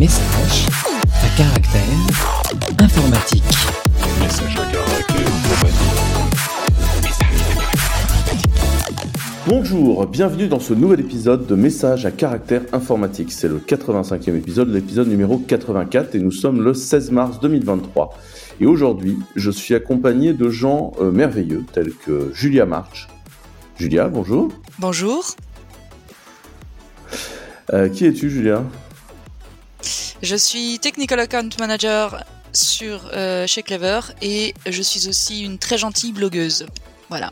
Message à caractère informatique. Message à caractère informatique. Bonjour, bienvenue dans ce nouvel épisode de Message à caractère informatique. C'est le 85e épisode, l'épisode numéro 84, et nous sommes le 16 mars 2023. Et aujourd'hui, je suis accompagné de gens merveilleux, tels que Julia March. Julia, bonjour. Bonjour. Qui es-tu, Julia ? Je suis Technical Account Manager chez Clever et je suis aussi une très gentille blogueuse. Voilà.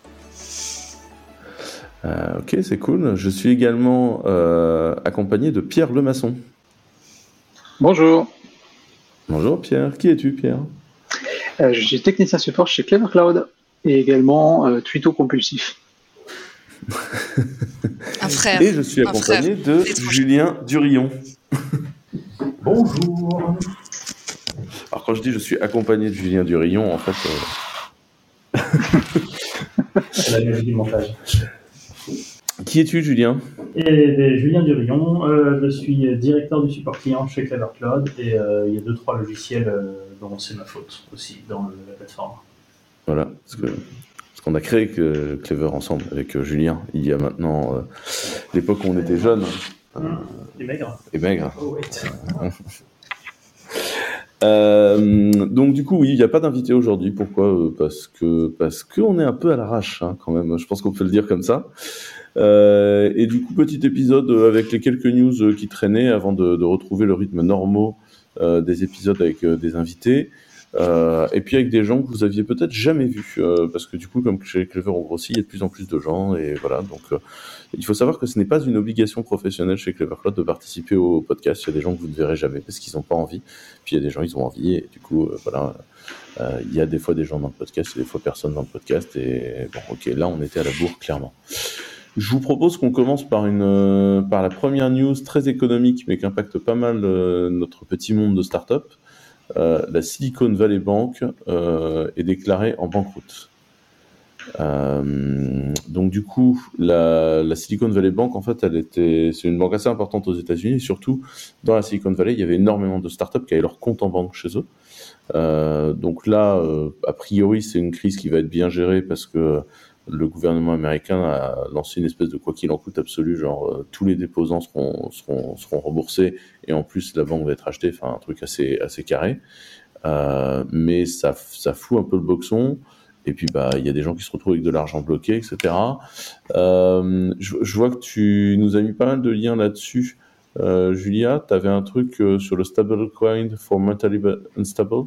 Ok, c'est cool. Je suis également accompagné de Pierre Lemasson. Bonjour. Bonjour Pierre. Qui es-tu, Pierre ? Je suis technicien support chez Clever Cloud et également twitto compulsif. Un frère. Et je suis accompagné de Julien Durillon. Bonjour. Alors quand je dis je suis accompagné de Julien Durillon, en fait... C'est la magie du montage. Qui es-tu, Julien ? Et Julien Durillon, je suis directeur du support client chez Clever Cloud et il y a 2-3 logiciels dont c'est ma faute aussi dans la plateforme. Voilà, parce qu'on a créé Clever ensemble avec Julien, il y a maintenant l'époque où on était jeunes. Et maigre. Et maigre. Oh, wait. Donc du coup, oui, il n'y a pas d'invité aujourd'hui. Pourquoi ? Parce qu'on est un peu à l'arrache, hein, quand même. Je pense qu'on peut le dire comme ça. Et du coup, petit épisode avec les quelques news qui traînaient avant de retrouver le rythme normal des épisodes avec des invités. Et puis avec des gens que vous aviez peut-être jamais vus, parce que du coup, comme chez Clever on grossit, il y a de plus en plus de gens, et voilà. Donc, il faut savoir que ce n'est pas une obligation professionnelle chez Clever Cloud de participer au podcast. Il y a des gens que vous ne verrez jamais parce qu'ils n'ont pas envie. Puis il y a des gens ils ont envie, et du coup, voilà. Il y a des fois des gens dans le podcast, et des fois personne dans le podcast. Et bon, ok, là on était à la bourre clairement. Je vous propose qu'on commence par la première news très économique, mais qui impacte pas mal notre petit monde de start-up. La Silicon Valley Bank est déclarée en banqueroute. Donc du coup, la Silicon Valley Bank, en fait, c'est une banque assez importante aux États-Unis, et surtout dans la Silicon Valley, il y avait énormément de startups qui avaient leur compte en banque chez eux. Donc là, a priori, c'est une crise qui va être bien gérée parce que le gouvernement américain a lancé une espèce de quoi qu'il en coûte absolu, genre tous les déposants seront remboursés et en plus la banque va être achetée, enfin un truc assez carré. Mais ça fout un peu le boxon. Et puis il y a des gens qui se retrouvent avec de l'argent bloqué, etc. Je vois que tu nous as mis pas mal de liens là-dessus. Julia, tu avais un truc sur le stablecoin for mentally unstable.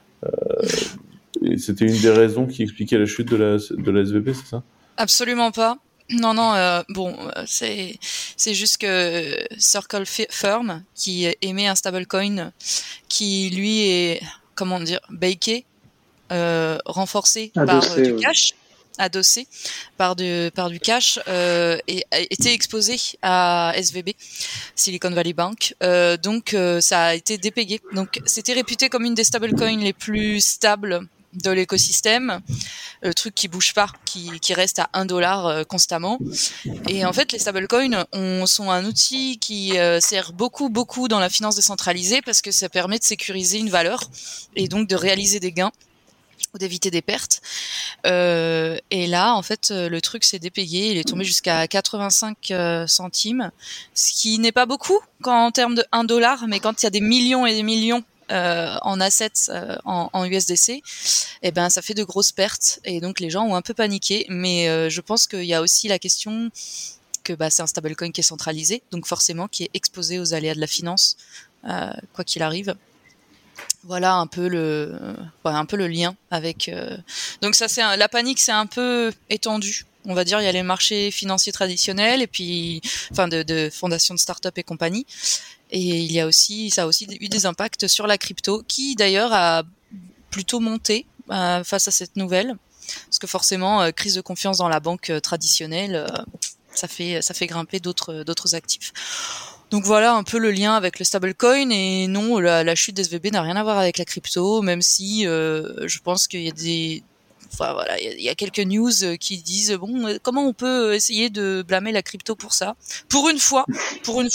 Et c'était une des raisons qui expliquait la chute de la SVB, c'est ça ? Absolument pas. Non, c'est juste que Circle Firm, qui émet un stablecoin, qui lui est, baké, renforcé Adossé, par du cash, adossé par du cash, et a été exposé à SVB, Silicon Valley Bank. Donc ça a été dépayé. Donc c'était réputé comme une des stablecoins les plus stables de l'écosystème, le truc qui bouge pas, qui reste à $1 constamment. Et en fait, les stablecoins sont un outil qui sert beaucoup dans la finance décentralisée parce que ça permet de sécuriser une valeur et donc de réaliser des gains ou d'éviter des pertes. Et là, en fait, le truc s'est dépayé. Il est tombé jusqu'à 85 centimes, ce qui n'est pas beaucoup en termes de $1, mais quand il y a des millions et des millions en assets en USDC, ça fait de grosses pertes et donc les gens ont un peu paniqué. Mais je pense qu'il y a aussi la question que c'est un stablecoin qui est centralisé, donc forcément qui est exposé aux aléas de la finance, quoi qu'il arrive. Voilà un peu le lien avec. Donc ça, la panique s'est un peu étendue. On va dire, il y a les marchés financiers traditionnels et puis, de fondations de start-up et compagnie. Et ça a aussi eu des impacts sur la crypto, qui d'ailleurs a plutôt monté face à cette nouvelle, parce que forcément, crise de confiance dans la banque traditionnelle, ça fait grimper d'autres actifs. Donc voilà un peu le lien avec le stablecoin. Et non, la chute d'SVB n'a rien à voir avec la crypto, même si je pense qu'il y a il y a quelques news qui disent comment on peut essayer de blâmer la crypto pour ça. Pour une fois,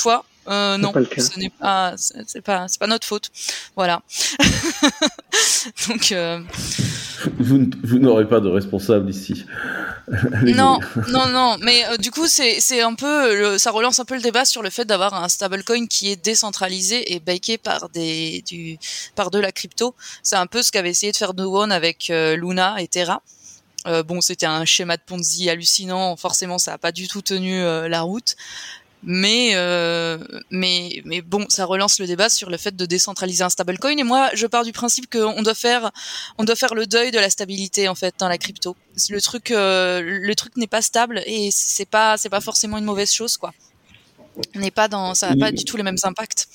Non, pas le cas. ce n'est pas, c'est pas notre faute. Voilà. Donc, Vous n'aurez pas de responsable ici. Allez non, mourir. non, mais du coup, c'est un peu, ça relance un peu le débat sur le fait d'avoir un stablecoin qui est décentralisé et backé par par de la crypto. C'est un peu ce qu'avait essayé de faire No One avec Luna et Terra. Bon, c'était un schéma de Ponzi hallucinant. Forcément, ça a pas du tout tenu la route. Mais bon, ça relance le débat sur le fait de décentraliser un stablecoin. Et moi, je pars du principe qu'on doit faire le deuil de la stabilité en fait dans la crypto. Le truc n'est pas stable et c'est pas forcément une mauvaise chose quoi. On n'est pas dans, ça n'a pas du tout les mêmes impacts.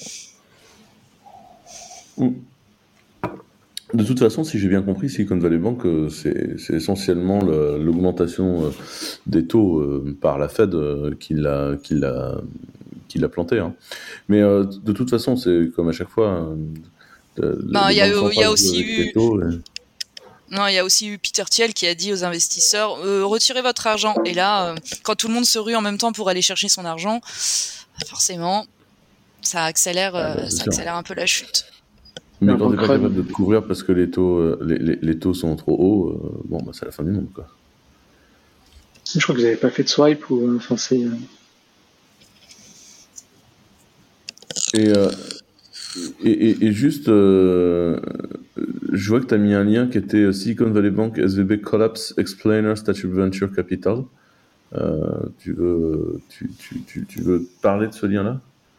De toute façon, si j'ai bien compris, Silicon Valley Bank, c'est essentiellement l'augmentation des taux par la Fed qui l'a planté. Hein. Mais de toute façon, c'est comme à chaque fois. Il y a aussi eu. Non, il y a aussi eu Peter Thiel qui a dit aux investisseurs retirez votre argent. Et là, quand tout le monde se rue en même temps pour aller chercher son argent, forcément, ça accélère un peu la chute. Mais quand t'es pas capable de te couvrir parce que les taux sont trop hauts, bon, bah, c'est la fin du monde, quoi. Je crois que vous n'avez pas fait de swipe ou enfin c'est. Et juste, je vois que tu as mis un lien qui était Silicon Valley Bank SVB Collapse Explainer Statue Venture Capital. Tu veux parler de ce lien-là?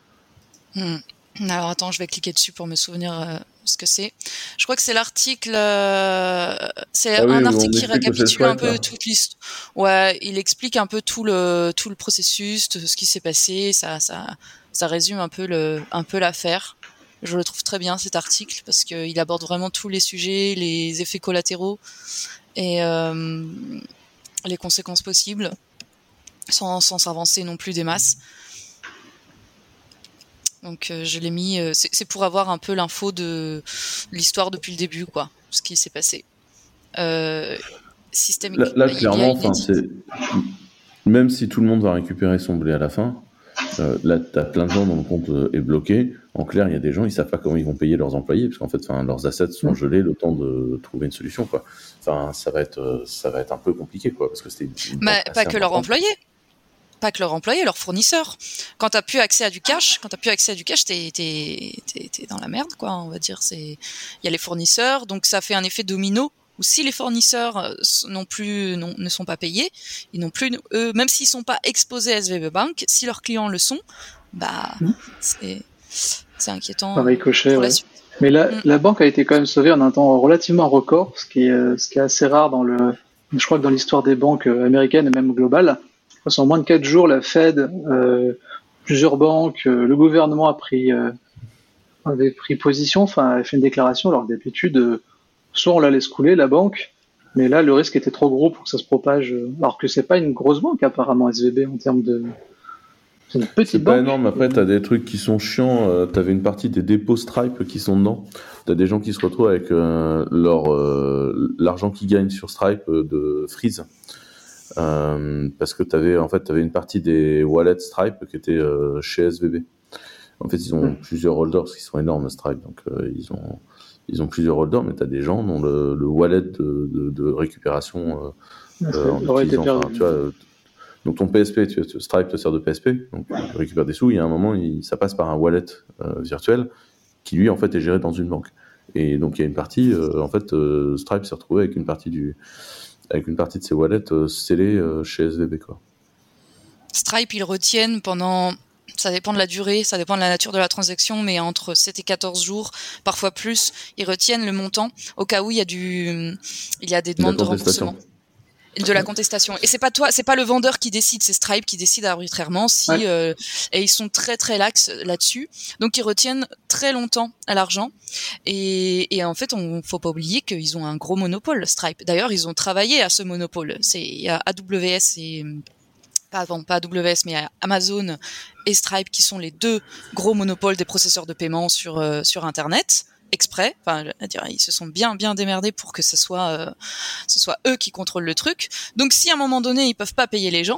Alors attends, je vais cliquer dessus pour me souvenir ce que c'est. Je crois que c'est l'article. C'est un article qui récapitule un peu toute l'histoire. Ouais, il explique un peu tout le processus, de ce qui s'est passé. Ça résume un peu l'affaire. Je le trouve très bien cet article parce qu'il aborde vraiment tous les sujets, les effets collatéraux et les conséquences possibles, sans s'avancer non plus des masses. Donc je l'ai mis, c'est pour avoir un peu l'info de l'histoire depuis le début, quoi, ce qui s'est passé. Système là clairement, même si tout le monde va récupérer son blé à la fin, là t'as plein de gens dont le compte est bloqué. En clair, il y a des gens, ils savent pas comment ils vont payer leurs employés parce qu'en fait, leurs assets sont gelés le temps de trouver une solution, quoi. Enfin, ça va être un peu compliqué, quoi, parce que c'était. Pas que leurs employés. Pas que leurs employés, leurs fournisseurs. Quand t'as plus accès à du cash, t'es dans la merde, quoi. On va dire, il y a les fournisseurs, donc ça fait un effet domino. Où si les fournisseurs ne sont pas payés, ils n'ont plus, eux, même s'ils sont pas exposés à SVB Bank, si leurs clients le sont, c'est inquiétant. Par ricochet, pour la ouais. suite. Mais la banque a été quand même sauvée en un temps relativement record, ce qui est assez rare je crois que dans l'histoire des banques américaines et même globales. En moins de 4 jours, la Fed, plusieurs banques, le gouvernement avait pris position, avait fait une déclaration, alors que d'habitude, soit on la laisse couler, la banque, mais là, le risque était trop gros pour que ça se propage, alors que c'est pas une grosse banque, apparemment, SVB, en termes de... C'est une petite banque. C'est pas énorme, après, t'as des trucs qui sont chiants, t'avais une partie des dépôts Stripe qui sont dedans, t'as des gens qui se retrouvent avec l'argent qu'ils gagnent sur Stripe de freeze. Parce que t'avais une partie des wallets Stripe qui étaient chez SVB. En fait, ils ont plusieurs holders parce qu'ils sont énormes Stripe, donc ils ont plusieurs holders, mais t'as des gens dont le wallet de récupération aurait été perdu. Tu vois, donc ton PSP, Stripe te sert de PSP, donc tu récupères des sous. Il y a un moment, ça passe par un wallet virtuel qui lui en fait est géré dans une banque. Et donc il y a une partie, Stripe s'est retrouvé avec une partie de ses wallets scellés chez SVB, quoi. Stripe, ils retiennent pendant, ça dépend de la durée, ça dépend de la nature de la transaction, mais entre 7 et 14 jours, parfois plus, ils retiennent le montant au cas où il y a des demandes de remboursement. De la contestation. Et c'est pas le vendeur qui décide, c'est Stripe qui décide arbitrairement et ils sont très très laxes là-dessus. Donc ils retiennent très longtemps à l'argent. Et en fait, faut pas oublier qu'ils ont un gros monopole, Stripe. D'ailleurs, ils ont travaillé à ce monopole. Il y a AWS et pas AWS, mais il y a Amazon et Stripe qui sont les deux gros monopoles des processeurs de paiement sur Internet. Exprès, ils se sont bien démerdés pour que ce soit eux qui contrôlent le truc. Donc si à un moment donné ils peuvent pas payer les gens,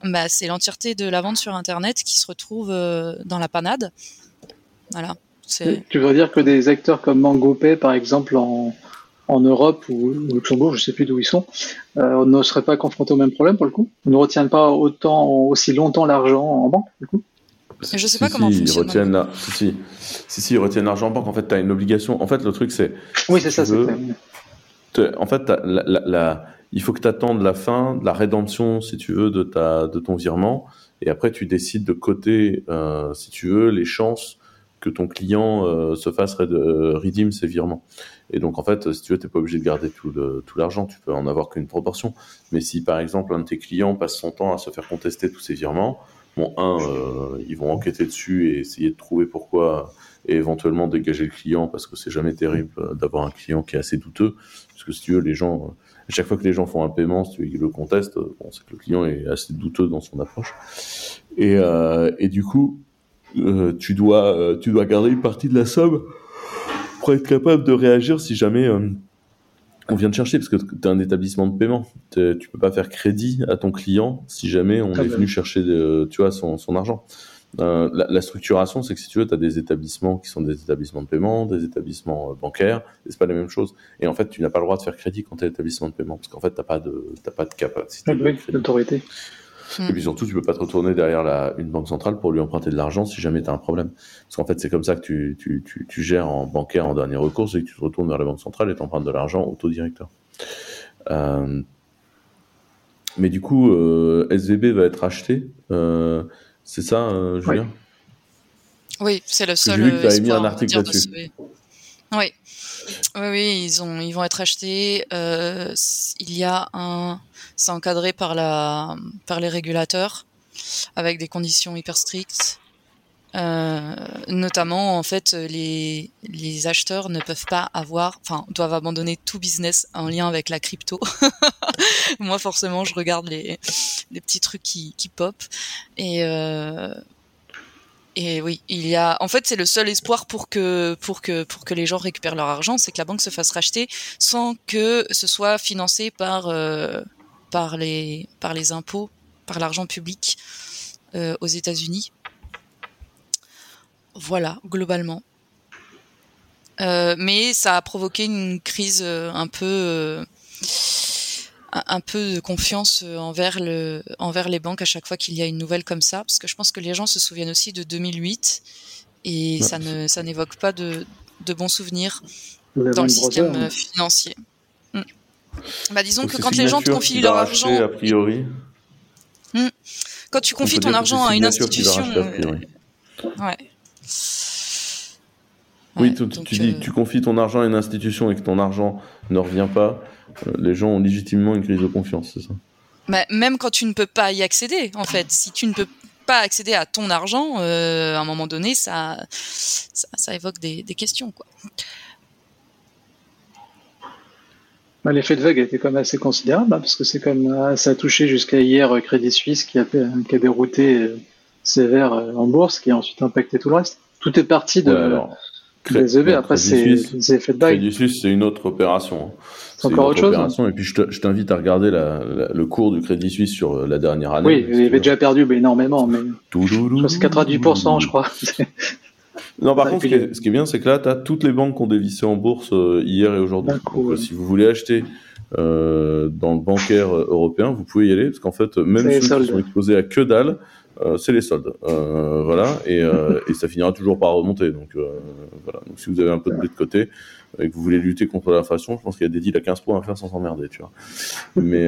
bah, c'est l'entièreté de la vente sur Internet qui se retrouve dans la panade. Voilà. Tu veux dire que des acteurs comme MangoPay, par exemple, en Europe ou au Luxembourg, je sais plus d'où ils sont, ne seraient pas confrontés au même problème pour le coup? Ils ne retiennent pas aussi longtemps l'argent en banque, du coup? Je sais pas comment fonctionne. Ils retiennent l'argent en banque. En fait, tu as une obligation. En fait, le truc, c'est. Oui, c'est ça, c'est vrai. En fait, il faut que tu attendes la fin de la rédemption, si tu veux, de ton virement. Et après, tu décides de coter, si tu veux, les chances que ton client se fasse redeem ses virements. Et donc, en fait, si tu veux, tu n'es pas obligé de garder tout l'argent. Tu peux en avoir qu'une proportion. Mais si, par exemple, un de tes clients passe son temps à se faire contester tous ses virements, bon, ils vont enquêter dessus et essayer de trouver pourquoi et éventuellement dégager le client parce que c'est jamais terrible d'avoir un client qui est assez douteux. Parce que si tu veux, les gens, à chaque fois que les gens font un paiement, si tu veux, ils le contestent, c'est que le client est assez douteux dans son approche. Et du coup, tu dois garder une partie de la somme pour être capable de réagir si jamais on vient te chercher, parce que tu es un établissement de paiement. Tu peux pas faire crédit à ton client si jamais on est venu chercher son argent. La structuration, c'est que si tu veux, tu as des établissements qui sont des établissements de paiement, des établissements bancaires, et c'est pas la même chose. Et en fait, tu n'as pas le droit de faire crédit quand tu es établissement de paiement, parce qu'en fait, t'as pas de capacité. D'autorité. Et puis surtout, tu peux pas te retourner derrière une banque centrale pour lui emprunter de l'argent si jamais tu as un problème. Parce qu'en fait, c'est comme ça que tu gères en bancaire en dernier recours, c'est que tu te retournes vers la banque centrale et t'empruntes de l'argent au taux directeur. Mais du coup, SVB va être acheté. C'est ça, Julien ? Oui, c'est le seul. J'ai vu que tu avais mis un article là-dessus. Oui, ils vont être achetés. C'est encadré par les régulateurs avec des conditions hyper strictes. Notamment, en fait, les acheteurs ne peuvent pas doivent abandonner tout business en lien avec la crypto. Moi, forcément, je regarde les petits trucs qui pop. Et oui, en fait, c'est le seul espoir pour que les gens récupèrent leur argent, c'est que la banque se fasse racheter sans que ce soit financé par les impôts, par l'argent public aux États-Unis. Voilà, globalement. Mais ça a provoqué une crise un peu de confiance envers les banques à chaque fois qu'il y a une nouvelle comme ça, parce que je pense que les gens se souviennent aussi de 2008 et ça n'évoque pas de bons souvenirs dans le système financier. Bah, disons que quand les gens te confient leur argent, a priori. Quand tu confies ton argent à une institution, ouais. Oui, tu dis que tu confies ton argent à une institution et que ton argent ne revient pas, les gens ont légitimement une crise de confiance, c'est ça ? Mais même quand tu ne peux pas y accéder, en fait, si tu ne peux pas accéder à ton argent, à un moment donné, ça évoque des questions, quoi. L'effet de vague a été quand même assez considérable, parce que ça a touché jusqu'à hier Crédit Suisse qui a dérouté sévère en bourse, qui a ensuite impacté tout le reste. Tout est parti de SVB. Après, c'est les effets de vague. Crédit Suisse, c'est une autre opération. C'est encore autre chose. Et puis, je t'invite à regarder le cours du Crédit Suisse sur la dernière année. Oui, il avait déjà perdu énormément, mais c'est 90%, je crois. Non, par contre, ce qui est bien, c'est que là, tu as toutes les banques qui ont dévissé en bourse hier et aujourd'hui. Donc, si vous voulez acheter dans le bancaire européen, vous pouvez y aller, parce qu'en fait, même ceux qui sont exposés à que dalle, c'est les soldes. Voilà, et ça finira toujours par remonter. Donc, voilà. Donc, si vous avez un peu de blé de côté et que vous voulez lutter contre l'inflation, je pense qu'il y a des deals à 15 points à faire sans s'emmerder, tu vois. Mais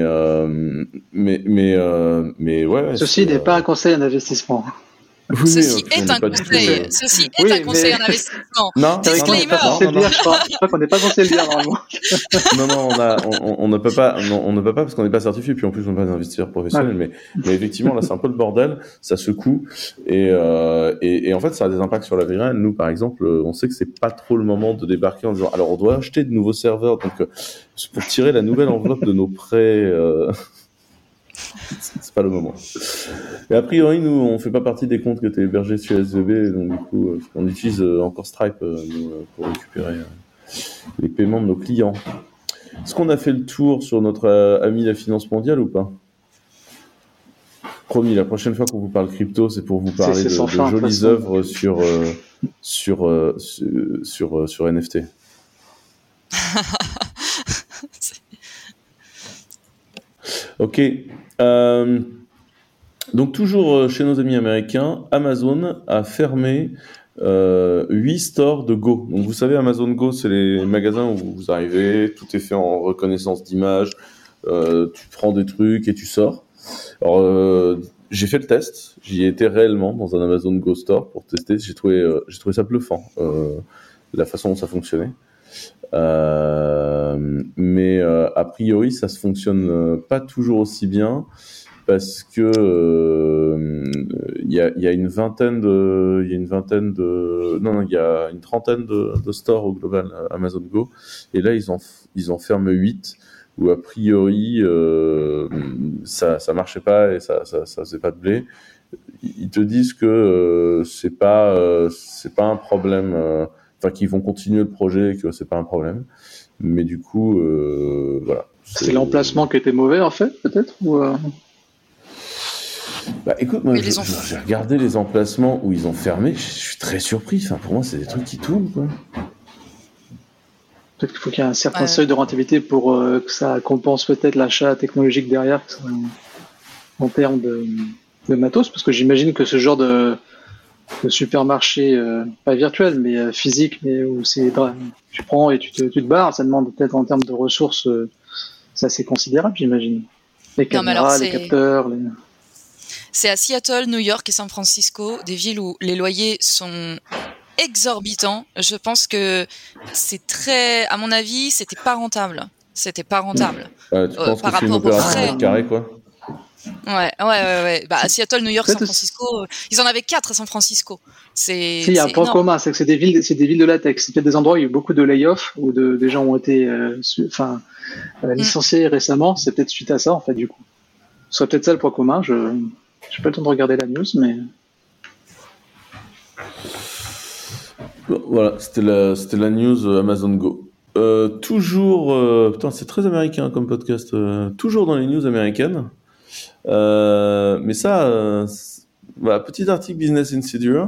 ouais. Ceci n'est pas un conseil d'investissement. Oui, Ceci est un conseil en investissement. Non, disclaimer. Je crois qu'on n'est pas censé le dire normalement. Non, on ne peut pas parce qu'on n'est pas certifié, puis en plus on n'est pas investisseur professionnel. Ouais. Mais effectivement, là, c'est un peu le bordel, ça secoue, et en fait, ça a des impacts sur la vie réelle. Nous, par exemple, on sait que c'est pas trop le moment de débarquer en disant, alors on doit acheter de nouveaux serveurs, donc pour tirer la nouvelle enveloppe de nos prêts. C'est pas le moment. Et a priori, nous, on fait pas partie des comptes qui étaient hébergés sur SVB, donc du coup, on utilise encore Stripe pour récupérer les paiements de nos clients. Est-ce qu'on a fait le tour sur notre ami la finance mondiale ou pas ? Promis, la prochaine fois qu'on vous parle crypto, c'est pour vous parler c'est de sans fin, de toute jolies façon. œuvres sur NFT. Ok. Donc toujours chez nos amis américains, Amazon a fermé 8 stores de Go. Donc vous savez, Amazon Go, c'est les magasins où vous arrivez, tout est fait en reconnaissance d'image, tu prends des trucs et tu sors. Alors j'ai fait le test, j'y ai été réellement dans un Amazon Go Store pour tester, j'ai trouvé ça bluffant, la façon dont ça fonctionnait. Mais a priori, ça se fonctionne pas toujours aussi bien parce que il y a une trentaine de stores au global Amazon Go, et là ils en ferment 8 où a priori ça marchait pas et ça faisait pas de blé. Ils te disent que c'est pas un problème, enfin qu'ils vont continuer le projet, que c'est pas un problème, mais du coup voilà. C'est l'emplacement qui était mauvais, en fait, peut-être ou, Bah écoute, moi Mais les enfants. j'ai regardé les emplacements où ils ont fermé, je suis très surpris. Enfin, pour moi, c'est des trucs qui tournent, quoi. Peut-être qu'il faut qu'il y ait un certain Ouais. seuil de rentabilité pour que ça compense peut-être l'achat technologique derrière en termes de matos, parce que j'imagine que ce genre de supermarché, pas virtuel, mais physique, mais où tu prends et tu te barres, ça demande peut-être en termes de ressources, c'est assez considérable, j'imagine. Les Non, mais alors, caméras, les capteurs, c'est à Seattle, New York et San Francisco, des villes où les loyers sont exorbitants. Je pense que à mon avis, c'était pas rentable. Tu penses par que c'est une rapport aux opération frais. mètre carré, quoi? Ouais. Bah, à Seattle, New York, Peut-être San Francisco, ils en avaient 4 à San Francisco. Si, il y a un c'est point énorme. commun, c'est que c'est des villes de la tech. C'est peut-être des endroits où il y a eu beaucoup de layoffs, où des gens ont été licenciés récemment. C'est peut-être suite à ça, en fait, du coup. Ce serait peut-être ça le point commun. Je n'ai pas le temps de regarder la news, mais Voilà, c'était la news Amazon Go. Toujours, putain, c'est très américain comme podcast. Toujours dans les news américaines. Mais ça, voilà, petit article Business Insider.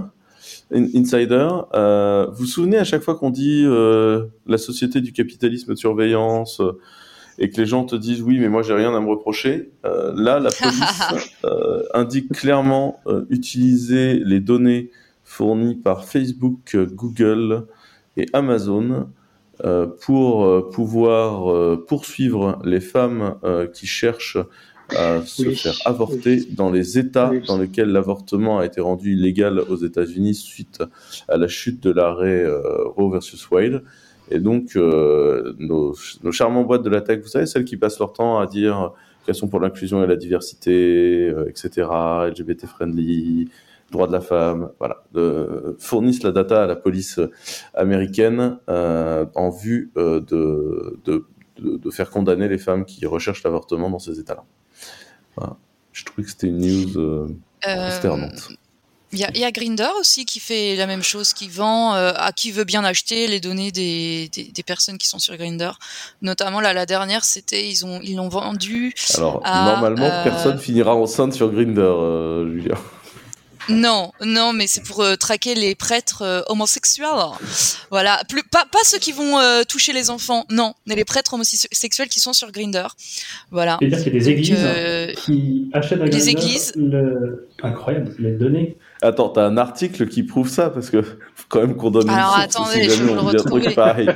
Vous vous souvenez à chaque fois qu'on dit la société du capitalisme de surveillance et que les gens te disent oui, mais moi j'ai rien à me reprocher. Là, la police indique clairement utiliser les données fournies par Facebook, Google et Amazon pour pouvoir poursuivre les femmes qui cherchent à se faire avorter dans les États dans lesquels l'avortement a été rendu illégal aux États-Unis suite à la chute de l'arrêt Roe versus Wade. Et donc, nos charmantes boîtes de la tech, vous savez, celles qui passent leur temps à dire qu'elles sont pour l'inclusion et la diversité, etc., LGBT-friendly, droits de la femme, voilà, fournissent la data à la police américaine en vue de faire condamner les femmes qui recherchent l'avortement dans ces États-là. Voilà. Je trouvais que c'était une news consternante. Il y a Grindr aussi qui fait la même chose, qui vend à qui veut bien acheter les données des personnes qui sont sur Grindr. Notamment là, la dernière, c'était ils l'ont vendu. Alors normalement, personne finira enceinte sur Grindr, Julia. Non, mais c'est pour traquer les prêtres homosexuels. Voilà, pas ceux qui vont toucher les enfants, non, mais les prêtres homosexuels qui sont sur Grindr. Voilà. C'est-à-dire qu'il y a des églises qui achètent à des Grindr églises. Incroyable, les données. Attends, t'as un article qui prouve ça parce que faut quand même qu'on donne Alors, une source attendez, si je jamais vais on le dit un truc retrouver. pareil.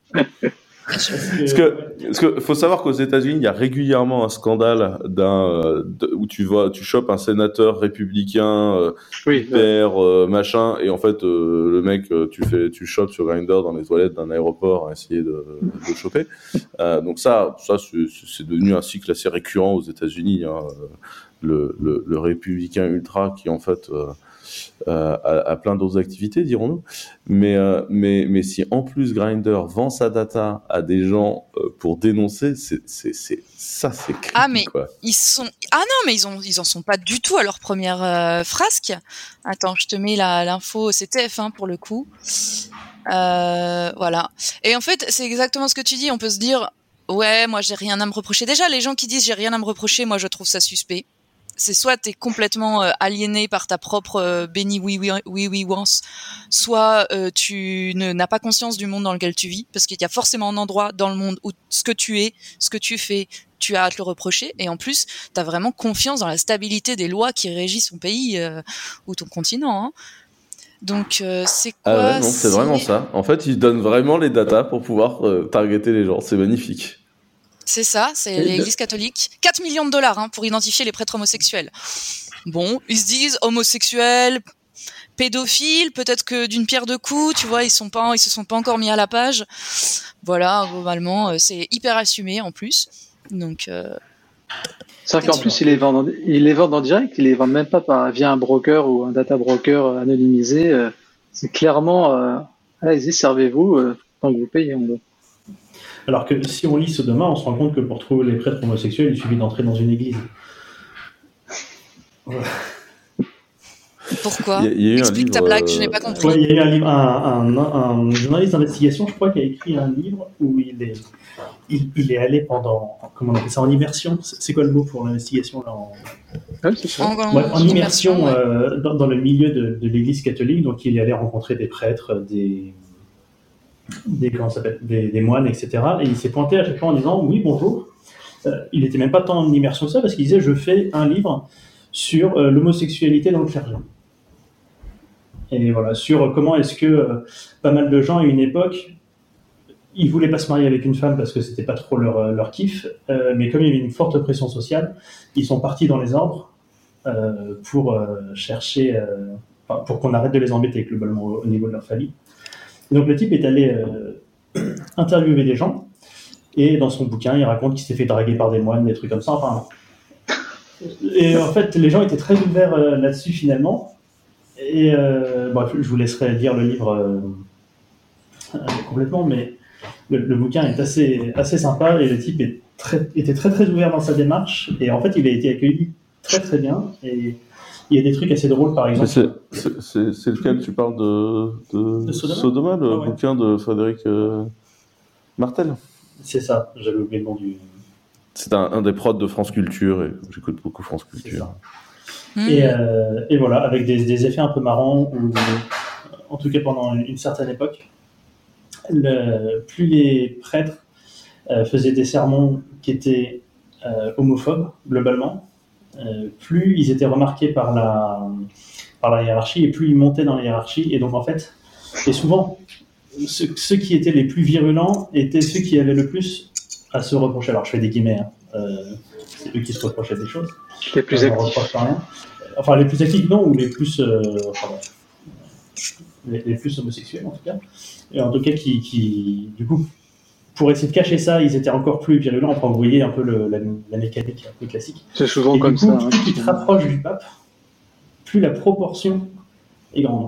Parce que faut savoir qu'aux États-Unis, il y a régulièrement un scandale où tu chopes un sénateur républicain hyper machin, et en fait le mec tu chopes sur Grindr dans les toilettes d'un aéroport à essayer de le choper. Donc ça c'est devenu un cycle assez récurrent aux États-Unis. Hein, le républicain ultra qui en fait à plein d'autres activités, dirons-nous. Mais si en plus Grindr vend sa data à des gens pour dénoncer, c'est creepy, Ah mais quoi. mais ils en sont pas du tout à leur première frasque. Attends, je te mets l'info, c'est TF1 pour le coup. Voilà. Et en fait, c'est exactement ce que tu dis. On peut se dire, ouais, moi j'ai rien à me reprocher. Déjà, les gens qui disent j'ai rien à me reprocher, moi je trouve ça suspect. c'est soit t'es complètement aliéné par ta propre béni oui wance, soit tu n'as pas conscience du monde dans lequel tu vis, parce qu'il y a forcément un endroit dans le monde où ce que tu es, ce que tu fais, tu as à te le reprocher, et en plus t'as vraiment confiance dans la stabilité des lois qui régissent ton pays ou ton continent, hein. Donc c'est quoi? Ah ouais, non, c'est vraiment ça. En fait, ils donnent vraiment les datas pour pouvoir targeter les gens. C'est magnifique. C'est ça, c'est l'Église catholique. 4 millions de dollars pour identifier les prêtres homosexuels. Bon, ils se disent homosexuels, pédophiles, peut-être que d'une pierre deux coups, tu vois, ils se sont pas encore mis à la page. Voilà, globalement, c'est hyper assumé en plus. Donc c'est-à-dire qu'en plus, ils les vendent en direct, ils les vendent même pas via un broker ou un data broker anonymisé. C'est clairement, allez-y, servez-vous, tant que vous payez. Alors que si on lit Sodoma, on se rend compte que pour trouver les prêtres homosexuels, il suffit d'entrer dans une église. Voilà. Pourquoi? Il y a eu Explique ta blague, je n'ai pas compris. Ouais, il y a eu un livre, un journaliste d'investigation, je crois, qui a écrit un livre où il est allé pendant, comment on appelle ça, en immersion. C'est quoi le mot pour l'investigation là, c'est ça. en immersion dans le milieu de l'Église catholique. Donc il est allé rencontrer des prêtres, des moines, etc. Et il s'est pointé à chaque fois en disant oui, bonjour. Il n'était même pas tant en immersion que ça, parce qu'il disait je fais un livre sur l'homosexualité dans le clergé. Et voilà, sur comment est-ce que pas mal de gens à une époque, ils voulaient pas se marier avec une femme parce que c'était pas trop leur kiff, mais comme il y avait une forte pression sociale, ils sont partis dans les ordres pour chercher, pour qu'on arrête de les embêter globalement au niveau de leur famille. Donc le type est allé interviewer des gens, et dans son bouquin, il raconte qu'il s'est fait draguer par des moines, des trucs comme ça. Enfin, et en fait, les gens étaient très ouverts là-dessus finalement. Et bref, je vous laisserai lire le livre complètement, mais le bouquin est assez sympa, et le type était très très ouvert dans sa démarche, et en fait, il a été accueilli très très bien. Et il y a des trucs assez drôles, par exemple. C'est lequel tu parles de Sodoma, le ouais. bouquin de Frédéric Martel. C'est ça, j'avais oublié le nom du... C'est un des prods de France Culture, et j'écoute beaucoup France Culture. Et voilà, avec des effets un peu marrants, où, en tout cas pendant une certaine époque, plus les prêtres faisaient des sermons qui étaient homophobes, globalement, plus ils étaient remarqués par la hiérarchie, et plus ils montaient dans la hiérarchie. Et donc en fait, et souvent, ceux qui étaient les plus virulents étaient ceux qui avaient le plus à se reprocher. Alors je fais des guillemets, c'est eux qui se reprochaient des choses. Les plus actifs. Rien. Enfin, les plus actifs, non, ou les plus, les plus homosexuels en tout cas. Et en tout cas, qui du coup, pour essayer de cacher ça, ils étaient encore plus virulents. Enfin, vous voyez un peu la mécanique un peu classique. C'est souvent et comme du coup, ça. Plus tu te rapproches du pape, plus la proportion est grande.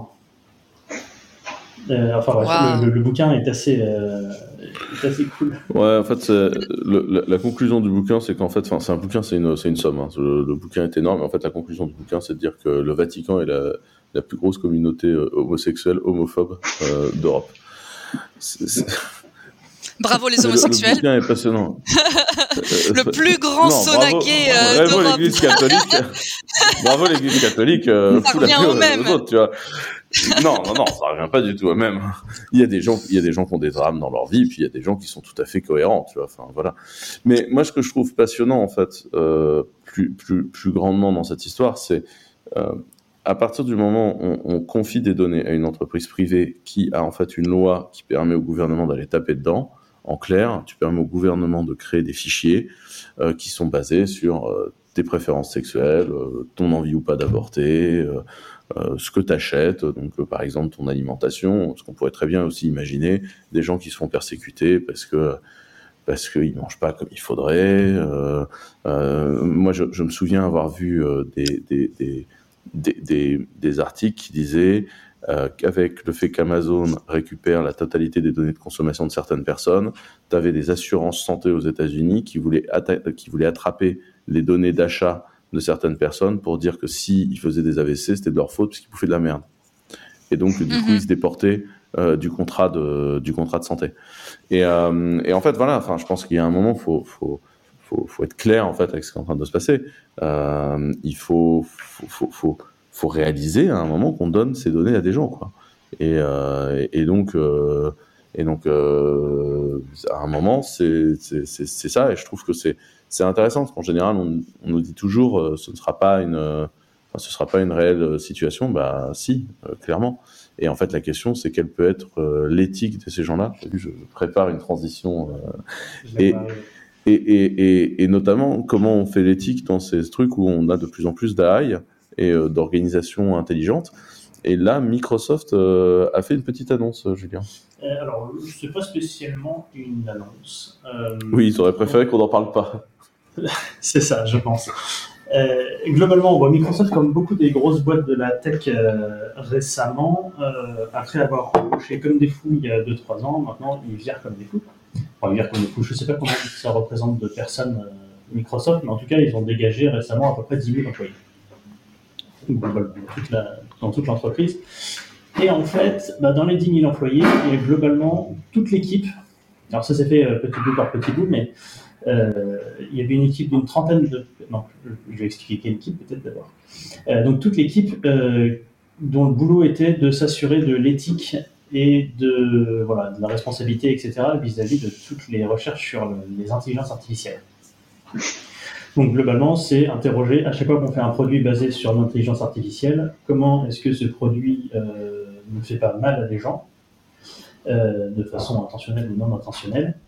Enfin bref, Wow. le bouquin est assez cool. Ouais, en fait, la conclusion du bouquin, c'est qu'en fait, c'est un bouquin, c'est une somme. Hein. Le bouquin est énorme, mais en fait, la conclusion du bouquin, c'est de dire que le Vatican est la plus grosse communauté homosexuelle, homophobe d'Europe. Bravo les homosexuels. Le bouquin est passionnant. Le plus grand sonaguet bravo d'Europe. l'Église catholique. Bravo l'Église catholique. Ça fout la revient paix au même. aux autres, tu vois. Non, ça revient pas du tout au même. Il y a des gens qui ont des drames dans leur vie, puis il y a des gens qui sont tout à fait cohérents, tu vois. Enfin, voilà. Mais moi, ce que je trouve passionnant, en fait, plus grandement dans cette histoire, c'est à partir du moment où on confie des données à une entreprise privée qui a en fait une loi qui permet au gouvernement d'aller taper dedans. En clair, tu permets au gouvernement de créer des fichiers qui sont basés sur tes préférences sexuelles, ton envie ou pas d'avorter, ce que tu achètes, donc par exemple ton alimentation, ce qu'on pourrait très bien aussi imaginer, des gens qui se font persécuter parce qu'ils mangent pas comme il faudrait. Moi, je me souviens avoir vu des articles qui disaient qu'avec le fait qu'Amazon récupère la totalité des données de consommation de certaines personnes, tu avais des assurances santé aux États-Unis qui voulaient attraper les données d'achat de certaines personnes pour dire que s'ils faisaient des AVC, c'était de leur faute parce qu'ils bouffaient de la merde. Et donc, du coup, ils se déportaient du contrat de santé. Et en fait, voilà, je pense qu'il y a un moment, faut faut être clair en fait avec ce qui est en train de se passer. Il faut réaliser à un moment qu'on donne ces données à des gens, quoi. Et donc à un moment c'est ça, et je trouve que c'est intéressant parce qu'en général on nous dit toujours ce sera pas une réelle situation. Bah si, clairement. Et en fait la question c'est quelle peut être l'éthique de ces gens-là. Je prépare une transition et notamment comment on fait l'éthique dans ces trucs où on a de plus en plus d'AI et d'organisations intelligentes. Et là, Microsoft a fait une petite annonce, Julien. Alors, c'est pas spécialement une annonce. Oui, ils auraient préféré qu'on n'en parle pas. C'est ça, je pense. Globalement, on voit Microsoft comme beaucoup des grosses boîtes de la tech récemment, après avoir embauché comme des fous il y a 2-3 ans, maintenant ils virent comme des fous. Enfin, ils virent comme des fous, je ne sais pas combien ça représente de personnes Microsoft, mais en tout cas, ils ont dégagé récemment à peu près 10 000 employés. Dans toute l'entreprise. Et en fait, dans les 10 000 employés, il y a globalement toute l'équipe. Alors ça s'est fait petit bout par petit bout, mais il y avait une équipe d'une trentaine de... Non, je vais expliquer quelle équipe peut-être d'abord. Donc toute l'équipe dont le boulot était de s'assurer de l'éthique et de la responsabilité, etc., vis-à-vis de toutes les recherches sur les intelligences artificielles. Donc globalement, c'est interroger à chaque fois qu'on fait un produit basé sur l'intelligence artificielle, comment est-ce que ce produit ne fait pas mal à des gens, de façon intentionnelle ou non intentionnelle.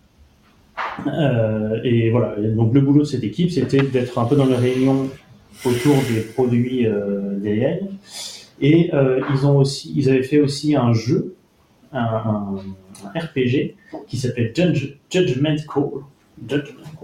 Et voilà. Et donc le boulot de cette équipe, c'était d'être un peu dans les réunions autour des produits des AI. Et ils avaient fait aussi un jeu, un RPG qui s'appelle Judgment Call.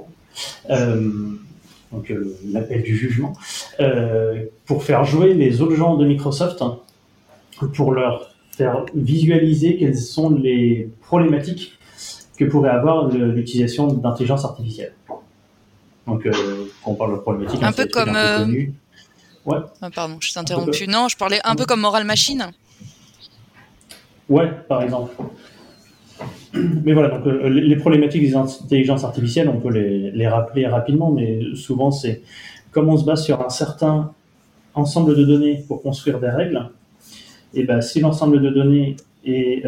Donc l'appel du jugement, pour faire jouer les autres gens de Microsoft, pour leur faire visualiser quelles sont les problématiques que pourrait avoir l'utilisation d'intelligence artificielle. Donc quand on parle de problématiques, un peu comme... Ouais. Pardon, je t'ai interrompu. Non, je parlais un peu comme Moral Machine. Ouais, par exemple. Mais voilà, donc les problématiques des intelligences artificielles, on peut les rappeler rapidement, mais souvent c'est comme on se base sur un certain ensemble de données pour construire des règles, et ben si l'ensemble de données est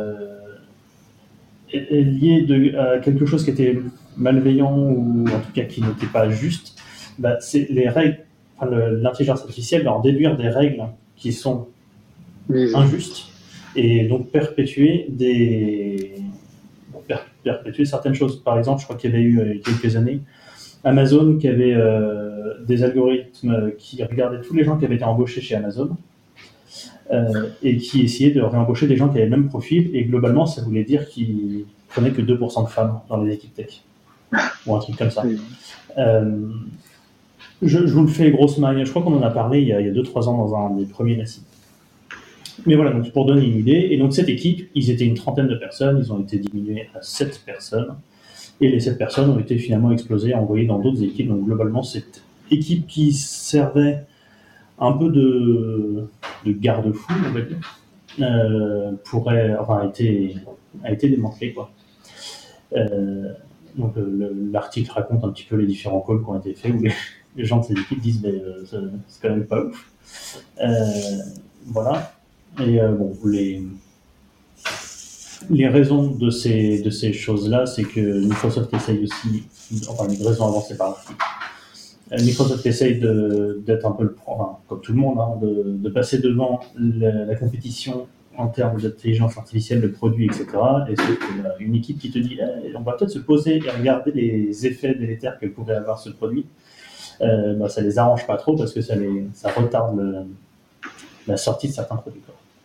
lié à quelque chose qui était malveillant ou en tout cas qui n'était pas juste, c'est les règles, l'intelligence artificielle va en déduire des règles qui sont injustes et donc perpétuer certaines choses. Par exemple, je crois qu'il y avait eu il y a quelques années Amazon qui avait des algorithmes qui regardaient tous les gens qui avaient été embauchés chez Amazon et qui essayaient de réembaucher des gens qui avaient le même profil, et globalement ça voulait dire qu'ils prenaient que 2% de femmes dans les équipes tech ou un truc comme ça. Je vous le fais grosso modo, je crois qu'on en a parlé il y a 2-3 ans dans un des premiers récits. Mais voilà, donc pour donner une idée, et donc cette équipe, ils étaient une trentaine de personnes, ils ont été diminués à 7 personnes, et les 7 personnes ont été finalement explosées, envoyées dans d'autres équipes. Donc globalement, cette équipe qui servait un peu de garde-fou, on va dire, a été démantelée, quoi. Donc l'article raconte un petit peu les différents calls qui ont été faits, où les gens de cette équipe disent c'est quand même pas ouf. Voilà. Et les raisons de ces choses-là, c'est que Microsoft essaye aussi, une raison avancée par l'article. Microsoft essaye d'être un peu comme tout le monde, de passer devant la compétition en termes d'intelligence artificielle, de produits, etc. Et c'est une équipe qui te dit on va peut-être se poser et regarder les effets délétères que pourrait avoir ce produit. Ça les arrange pas trop parce que ça retarde la sortie de certains produits.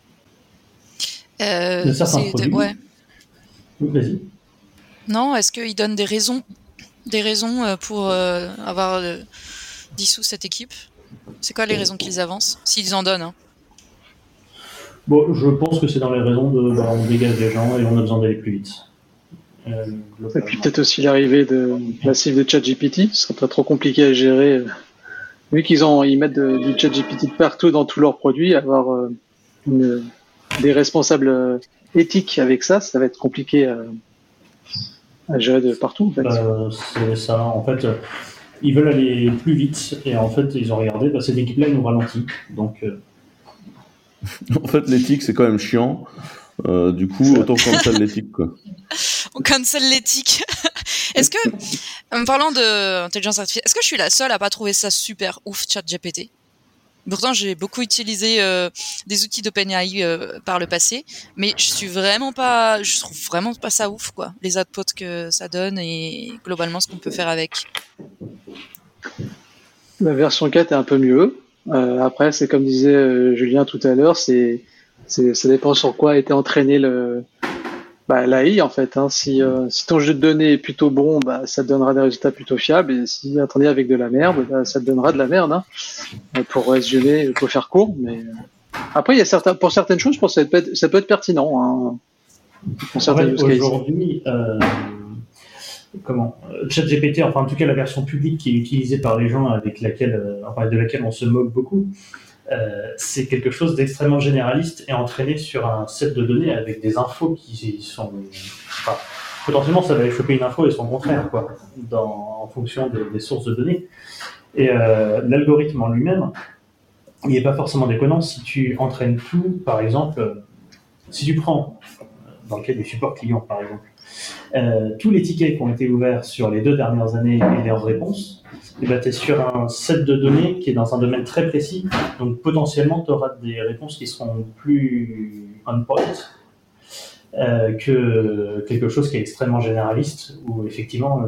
Ouais. Vas-y. Non, est-ce qu'ils donnent des raisons pour avoir dissous cette équipe? C'est quoi les raisons qu'ils avancent, s'ils en donnent, hein? Bon, je pense que c'est dans les raisons on dégage les gens et on a besoin d'aller plus vite. Et puis peut-être aussi l'arrivée massive de ChatGPT, ce serait pas trop compliqué à gérer. Vu ils mettent du ChatGPT partout dans tous leurs produits, avoir des responsables éthiques avec ça va être compliqué à gérer de partout, en fait. C'est ça, en fait, ils veulent aller plus vite, et en fait, ils ont regardé, cette équipe-là, ils nous ralentit, donc... En fait, l'éthique, c'est quand même chiant. Du coup, autant cancel l'éthique, quoi. On cancel l'éthique. Est-ce que, en parlant d'intelligence artificielle, est-ce que je suis la seule à pas trouver ça super ouf, ChatGPT? Pourtant, j'ai beaucoup utilisé des outils d'OpenAI par le passé, mais je trouve vraiment pas ça ouf, quoi. Les outputs que ça donne et globalement ce qu'on peut faire avec. La version 4 est un peu mieux. Après, c'est comme disait Julien tout à l'heure, ça dépend sur quoi a été entraîné l'AI, en fait. Hein. Si ton jeu de données est plutôt bon, ça te donnera des résultats plutôt fiables. Et si entraîné avec de la merde, ça te donnera de la merde. Hein. Pour résumer, pour faire court. Mais après, pour certaines choses, je pense que ça peut être pertinent. Hein, pour certaines use cases. Aujourd'hui, ChatGPT, enfin en tout cas la version publique qui est utilisée par les gens de laquelle on se moque beaucoup, c'est quelque chose d'extrêmement généraliste et entraîné sur un set de données avec des infos qui sont... Enfin, potentiellement, ça va aller choper une info et son contraire, quoi, en fonction des sources de données. Et l'algorithme en lui-même, il n'est pas forcément déconnant si tu entraînes tout, par exemple, si tu prends, dans le cas des supports clients, par exemple, tous les tickets qui ont été ouverts sur les 2 dernières années et leurs réponses, tu es sur un set de données qui est dans un domaine très précis, donc potentiellement tu auras des réponses qui seront plus on-point que quelque chose qui est extrêmement généraliste, où effectivement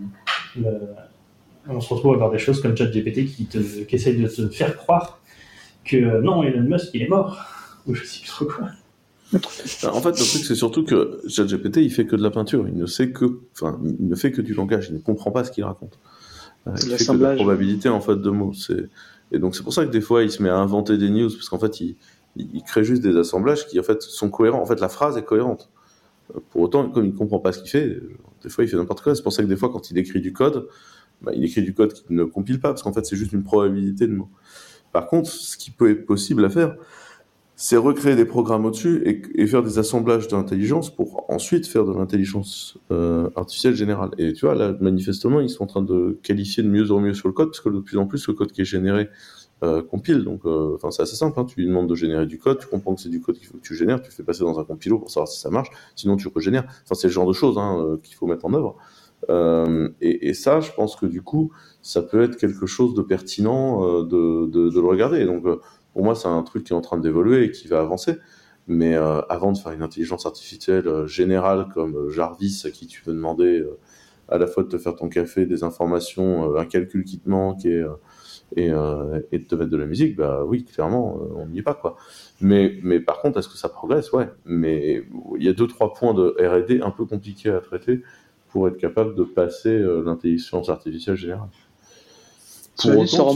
on se retrouve à avoir des choses comme ChatGPT qui essayent de te faire croire que non, Elon Musk il est mort, ou je sais plus trop quoi. En fait, le truc, c'est surtout que ChatGPT, il fait que de la peinture. Il ne fait que du langage. Il ne comprend pas ce qu'il raconte. Il fait que de la probabilité, en fait, de mots. Et donc, c'est pour ça que des fois, il se met à inventer des news, parce qu'en fait, il crée juste des assemblages qui, en fait, sont cohérents. En fait, la phrase est cohérente. Pour autant, comme il ne comprend pas ce qu'il fait, des fois, il fait n'importe quoi. C'est pour ça que des fois, quand il écrit du code, il écrit du code qu'il ne compile pas, parce qu'en fait, c'est juste une probabilité de mots. Par contre, ce qui peut être possible à faire, c'est recréer des programmes au-dessus et faire des assemblages d'intelligence pour ensuite faire de l'intelligence artificielle générale. Et tu vois, là, manifestement, ils sont en train de qualifier de mieux en mieux sur le code, parce que de plus en plus, le code qui est généré compile. Donc, c'est assez simple. Hein. Tu lui demandes de générer du code, tu comprends que c'est du code qu'il faut que tu génères, tu fais passer dans un compilo pour savoir si ça marche, sinon tu régénères. Enfin, c'est le genre de choses qu'il faut mettre en œuvre. Et ça, je pense que du coup, ça peut être quelque chose de pertinent de le regarder. Donc, pour moi, c'est un truc qui est en train d'évoluer et qui va avancer. Mais avant de faire une intelligence artificielle générale comme Jarvis, à qui tu peux demander à la fois de te faire ton café, des informations, un calcul qui te manque et de te mettre de la musique, oui, clairement, on n'y est pas, quoi. Mais par contre, est-ce que ça progresse? Ouais. Mais il y a 2-3 points de R&D un peu compliqués à traiter pour être capable de passer l'intelligence artificielle générale. Ça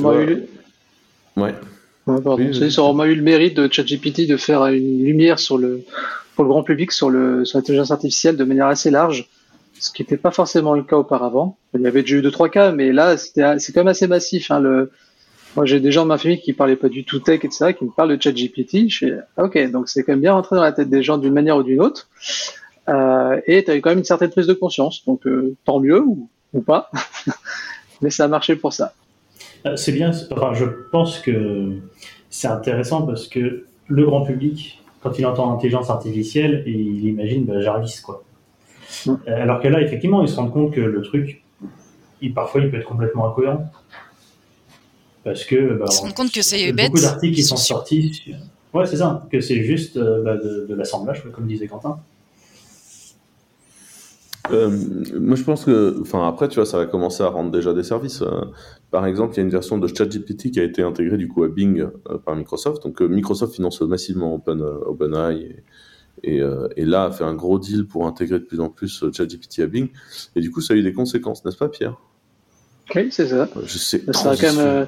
aura moins eu le mérite de ChatGPT de faire une lumière pour le grand public sur l'intelligence artificielle de manière assez large, ce qui n'était pas forcément le cas auparavant. Il y avait déjà eu 2-3 cas, mais là, c'est quand même assez massif. Hein, moi, j'ai des gens de ma famille qui parlaient pas du tout tech, etc., qui me parlent de ChatGPT. Je fais, ok, donc c'est quand même bien rentré dans la tête des gens d'une manière ou d'une autre. Et tu as eu quand même une certaine prise de conscience, donc tant mieux ou pas, mais ça a marché pour ça. C'est bien, je pense que c'est intéressant parce que le grand public, quand il entend intelligence artificielle, il imagine Jarvis, quoi. Alors que là, effectivement, ils se rendent compte que le truc, parfois, il peut être complètement incohérent. Parce que ils se rendent compte que c'est bête. Beaucoup d'articles qui sont sortis. Ouais, c'est ça, que c'est juste de l'assemblage, comme disait Quentin. Moi, je pense que, après, tu vois, ça va commencer à rendre déjà des services. Par exemple, il y a une version de ChatGPT qui a été intégrée du coup à Bing par Microsoft. Donc, Microsoft finance massivement OpenAI et là a fait un gros deal pour intégrer de plus en plus ChatGPT à Bing. Et du coup, ça a eu des conséquences, n'est-ce pas, Pierre? Oui, c'est ça. Je sais. Ça a quand même.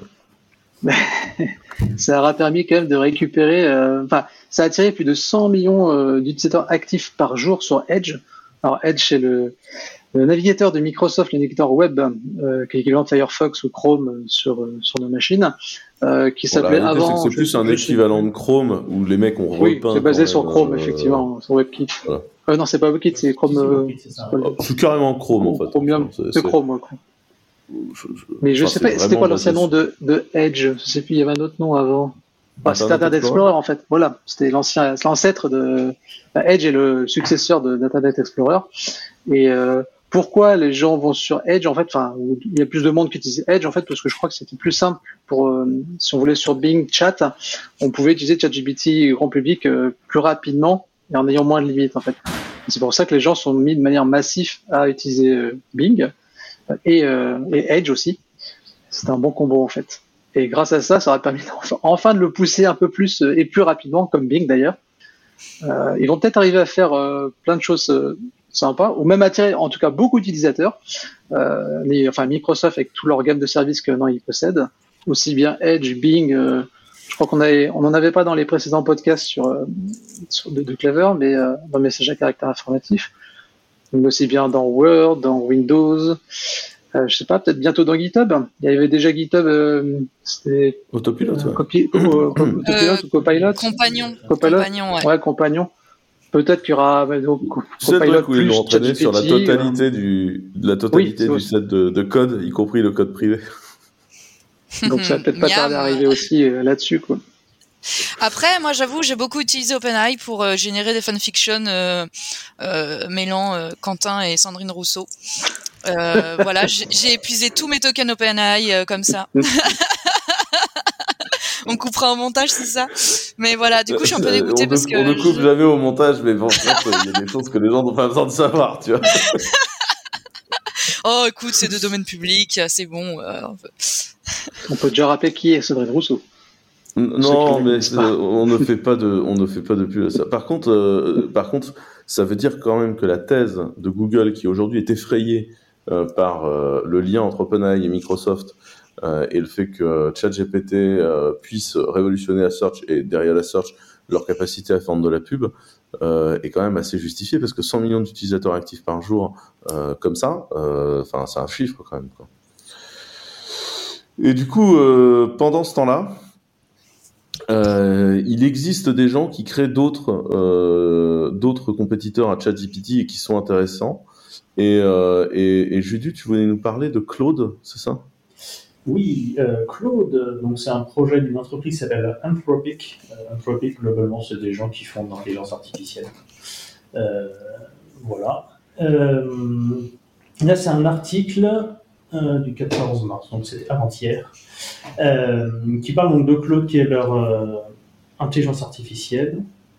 Ça aura permis quand même de récupérer. Ça a attiré plus de 100 millions d'utilisateurs actifs par jour sur Edge. Alors Edge, c'est le navigateur de Microsoft, le navigateur web, qui est l'équivalent de Firefox ou Chrome sur nos machines, qui s'appelait La réalité, c'est avant. que c'est plus un équivalent de Chrome où les mecs ont Oui, repeint. c'est basé quand sur même, Chrome, effectivement, sur WebKit. voilà. Non, c'est pas WebKit, c'est Chrome. WebKit, c'est ça. C'est carrément Chrome en fait. Chromium, c'est Chrome, ouais. Mais je Enfin, sais pas, c'est c'était quoi vraiment l'ancien nom basé de Edge? Je sais plus, il y avait un autre nom avant. C'était Internet Internet Explorer en fait. Voilà, c'était l'ancêtre de Edge est le successeur d'Internet Explorer. Et pourquoi les gens vont sur Edge en fait? Enfin, il y a plus de monde qui utilise Edge en fait parce que je crois que c'était plus simple pour si on voulait sur Bing Chat, on pouvait utiliser ChatGPT grand public plus rapidement et en ayant moins de limites en fait. C'est pour ça que les gens sont mis de manière massive à utiliser Bing et Edge aussi. C'est un bon combo en fait. Et grâce à ça, ça aurait permis enfin de le pousser un peu plus et plus rapidement, comme Bing d'ailleurs. Ils vont peut-être arriver à faire plein de choses sympas, ou même attirer en tout cas beaucoup d'utilisateurs. Enfin Microsoft avec tout leur gamme de services que maintenant ils possèdent, aussi bien Edge, Bing. Je crois on n'en avait pas dans les précédents podcasts de Clever, mais dans le message à caractère informatif. Mais aussi bien dans Word, dans Windows. Je sais pas, peut-être bientôt dans GitHub. Il y avait déjà GitHub, c'était Autopilot, ouais. Autopilot ou Copilot. Compagnon, ouais. Ouais, Compagnon. Peut-être qu'il y aura C'est le Copilot truc où ils plus l'ont entraîné sur la ChatGPT, totalité du set de code, y compris le code privé. Donc ça va peut-être pas tarder à arriver aussi là-dessus, quoi. Après, moi, j'avoue, j'ai beaucoup utilisé OpenAI pour générer des fanfictions mêlant Quentin et Sandrine Rousseau. Voilà, j'ai épuisé tous mes tokens OpenAI comme ça. On coupera au montage, c'est ça. Mais voilà, du coup, je suis un peu dégoûtée parce que... On ne coupe jamais au montage, mais bon, il y a des choses que les gens n'ont pas besoin de savoir, tu vois. Oh, écoute, c'est de domaine public, c'est bon. On peut déjà rappeler qui est Sandrine Rousseau. Non, mais on ne fait pas de pub à ça. Par contre, ça veut dire quand même que la thèse de Google, qui aujourd'hui est effrayée par le lien entre OpenAI et Microsoft, et le fait que ChatGPT puisse révolutionner la search et derrière la search leur capacité à vendre de la pub, est quand même assez justifiée parce que 100 millions d'utilisateurs actifs par jour, comme ça, enfin c'est un chiffre quand même, quoi. Et du coup, pendant ce temps-là, il existe des gens qui créent d'autres compétiteurs à ChatGPT et qui sont intéressants. Et Judu, tu voulais nous parler de Claude, c'est ça? Oui, Claude, donc c'est un projet d'une entreprise qui s'appelle Anthropic. Anthropic, globalement, c'est des gens qui font de l'intelligence artificielle. Voilà. Là, c'est un article du 14 mars, donc c'était avant-hier, qui parle donc de Claude, qui est leur intelligence artificielle.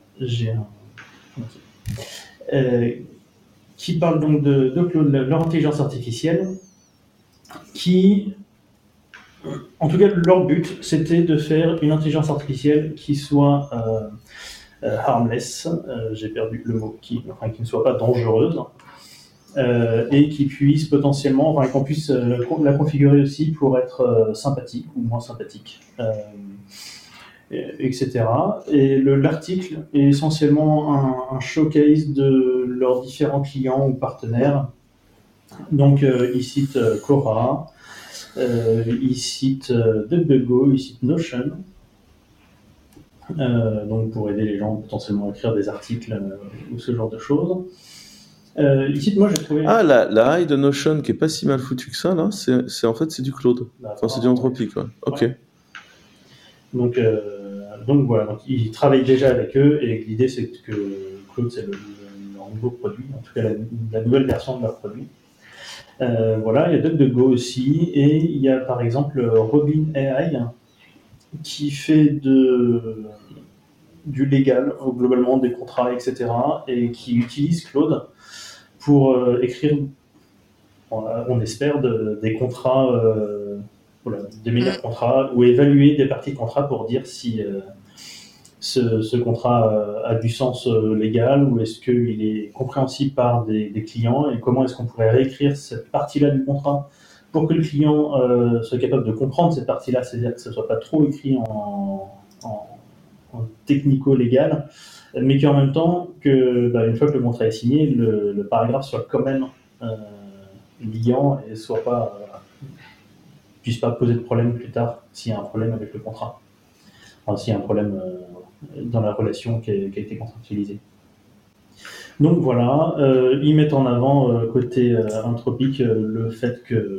Qui parle donc de Claude, leur intelligence artificielle, qui... En tout cas, leur but, c'était de faire une intelligence artificielle qui soit harmless, j'ai perdu le mot, qui ne soit pas dangereuse, et qui puisse potentiellement, enfin qu'on puisse la configurer aussi pour être sympathique ou moins sympathique, etc. Et l'article est essentiellement un showcase de leurs différents clients ou partenaires. Donc, ils citent Quora, il cite DuckDuckGo, il cite Notion, donc pour aider les gens potentiellement à écrire des articles ou ce genre de choses. Il cite, moi j'ai trouvé... Ah, la AI de Notion qui est pas si mal foutue que ça, là, c'est en fait c'est du Claude. Enfin, c'est du Anthropic, ouais. Ok. Ouais. Donc voilà, donc ils travaillent déjà avec eux et l'idée c'est que Claude c'est leur nouveau produit, en tout cas la nouvelle version de leur produit. Voilà, il y a DuckDuckGo aussi, et il y a par exemple Robin AI qui fait du légal, globalement des contrats, etc., et qui utilise Claude pour écrire, on espère, des contrats, des meilleurs contrats, ou évaluer des parties de contrat pour dire si ce contrat a du sens légal, ou est-ce qu'il est compréhensible par des clients, et comment est-ce qu'on pourrait réécrire cette partie-là du contrat pour que le client soit capable de comprendre cette partie-là, c'est-à-dire que ce ne soit pas trop écrit en technico-légal, mais qu'en même temps, une fois que le contrat est signé, le paragraphe soit quand même liant et puisse pas poser de problème plus tard s'il y a un problème avec le contrat. Enfin, s'il y a un problème dans la relation qui a été contractualisée. Donc voilà, ils mettent en avant côté anthropique le fait que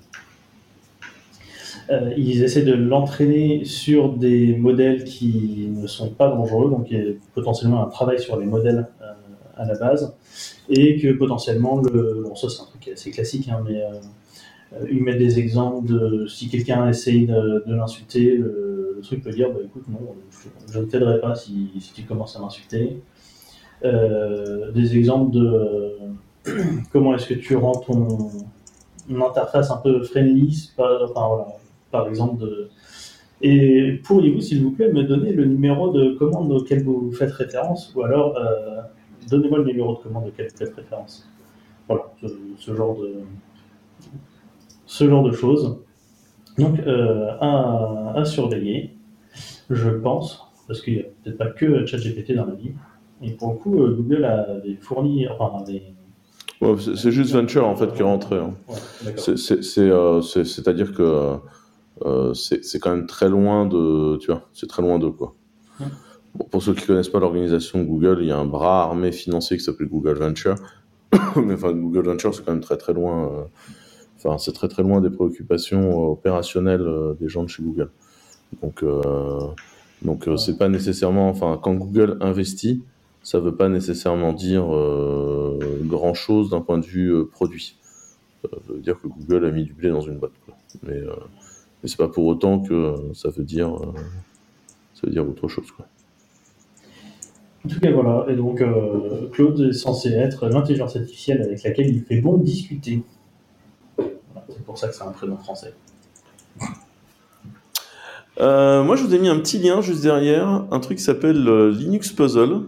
ils essaient de l'entraîner sur des modèles qui ne sont pas dangereux, donc il y a potentiellement un travail sur les modèles à la base, et que potentiellement, bon ça c'est un truc assez classique, hein, mais ils mettent des exemples de si quelqu'un essaye de l'insulter, le truc peut dire bah, écoute, non, je ne t'aiderai pas si tu commences à m'insulter. Des exemples de comment est-ce que tu rends ton interface un peu friendly, par exemple et pourriez-vous s'il vous plaît me donner le numéro de commande auquel vous faites référence, ou alors donnez-moi le numéro de commande auquel vous faites référence. Voilà, ce genre de choses. Donc à surveiller, je pense, parce qu'il n'y a peut-être pas que ChatGPT dans la vie. Et pour le coup, Google avait fourni, Ouais, c'est juste Venture en fait qui est rentré. Hein. Ouais, c'est-à-dire que c'est quand même très loin de, tu vois, c'est très loin d'eux quoi. Bon, pour ceux qui connaissent pas l'organisation Google, il y a un bras armé financier qui s'appelle Google Venture. Mais enfin, Google Venture c'est quand même très très loin. C'est très très loin des préoccupations opérationnelles des gens de chez Google. Donc c'est pas nécessairement, enfin, quand Google investit, ça veut pas nécessairement dire grand chose d'un point de vue produit. Ça veut dire que Google a mis du blé dans une boîte, quoi. Mais c'est pas pour autant que ça veut dire autre chose, quoi. En tout cas, voilà. Et donc, Claude est censé être l'intelligence artificielle avec laquelle il fait bon discuter. Voilà, c'est pour ça que c'est un prénom français. Moi, je vous ai mis un petit lien juste derrière, un truc qui s'appelle Linux Puzzle.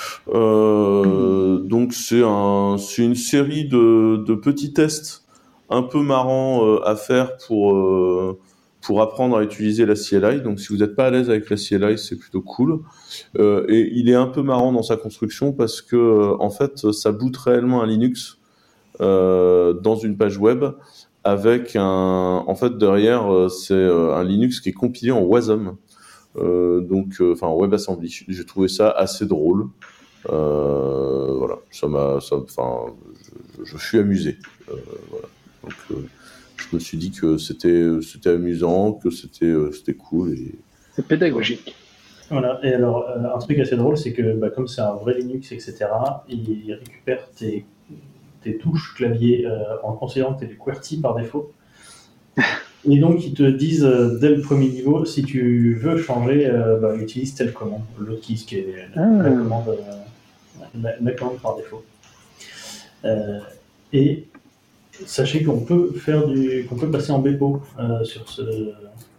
Donc c'est une série de petits tests un peu marrants à faire pour apprendre à utiliser la CLI. Donc si vous n'êtes pas à l'aise avec la CLI, c'est plutôt cool. Et il est un peu marrant dans sa construction parce que en fait ça boot réellement un Linux dans une page web avec en fait derrière c'est un Linux qui est compilé en WASM. En WebAssembly. J'ai trouvé ça assez drôle. Voilà, je suis amusé. Voilà. Donc, je me suis dit que c'était amusant, que c'était cool. C'est pédagogique. Voilà, et alors, un truc assez drôle, c'est que comme c'est un vrai Linux, etc., il récupère tes touches clavier en considérant que tu es du QWERTY par défaut. Et donc, ils te disent dès le premier niveau, si tu veux changer, utilise telle commande, l'hotkey, qui est la commande par défaut. Et sachez qu'on peut passer en Bepo sur ce.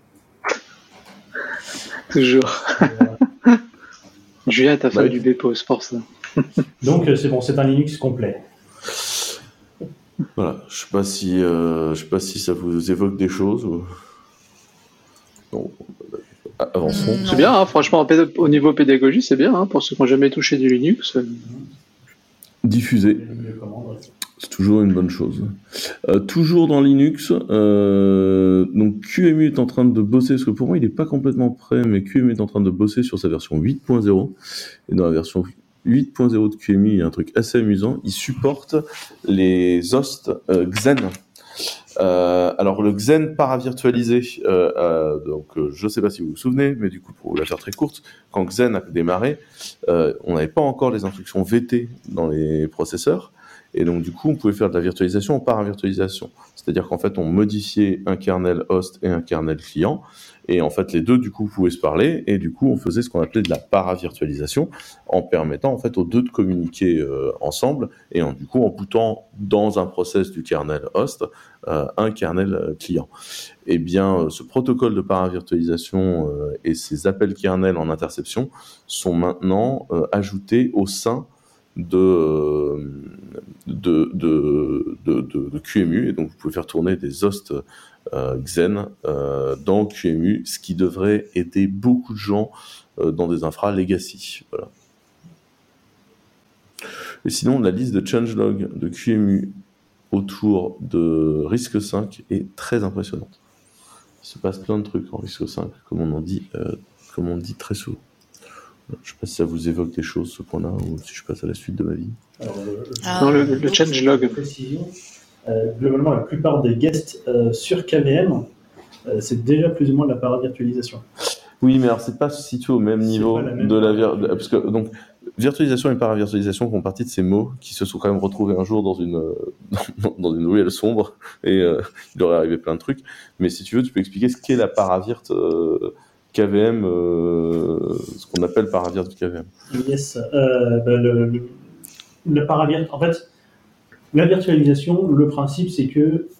Toujours. Julien, t'as fait du Bepo, c'est pour ça. Donc, c'est bon, c'est un Linux complet. Voilà, je sais pas si ça vous évoque des choses. Ou... Non, avançons. C'est bien, hein, franchement, au niveau pédagogie, c'est bien, hein, pour ceux qui n'ont jamais touché du Linux. Diffuser, c'est toujours une bonne chose. Toujours dans Linux, donc QEMU est en train de bosser, parce que pour moi il n'est pas complètement prêt, mais QEMU est en train de bosser sur sa version 8.0, et dans la version 8.0 de QEMU, il y a un truc assez amusant, il supporte les hosts Xen. Alors le Xen paravirtualisé, je ne sais pas si vous vous souvenez, mais du coup pour la faire très courte, quand Xen a démarré, on n'avait pas encore les instructions VT dans les processeurs, et donc du coup on pouvait faire de la virtualisation en paravirtualisation, c'est-à-dire qu'en fait on modifiait un kernel host et un kernel client, et en fait les deux du coup pouvaient se parler, et du coup on faisait ce qu'on appelait de la paravirtualisation, en permettant en fait aux deux de communiquer ensemble, et du coup en bootant dans un process du kernel host un kernel client. Et bien ce protocole de paravirtualisation et ces appels kernel en interception sont maintenant ajoutés au sein de QEMU, et donc vous pouvez faire tourner des hosts Xen dans QEMU, ce qui devrait aider beaucoup de gens dans des infras legacy. Voilà. Et sinon, la liste de changelog de QEMU autour de Risc 5 est très impressionnante. Il se passe plein de trucs en Risc 5, comme on dit très souvent. Je ne sais pas si ça vous évoque des choses, ce point-là, ou si je passe à la suite de ma vie. Alors, Dans le changelog. précision, globalement, la plupart des guests sur KVM, c'est déjà plus ou moins de la paravirtualisation. Oui, mais alors c'est pas situé au même niveau pas la même de la parce que donc virtualisation et paravirtualisation font partie de ces mots qui se sont quand même retrouvés un jour dans une dans une ruelle sombre et il leur est arrivé plein de trucs. Mais si tu veux, tu peux expliquer ce qu'est la paravirt KVM, ce qu'on appelle paravirt KVM. Yes. Le paravirt, en fait, la virtualisation, le principe, c'est que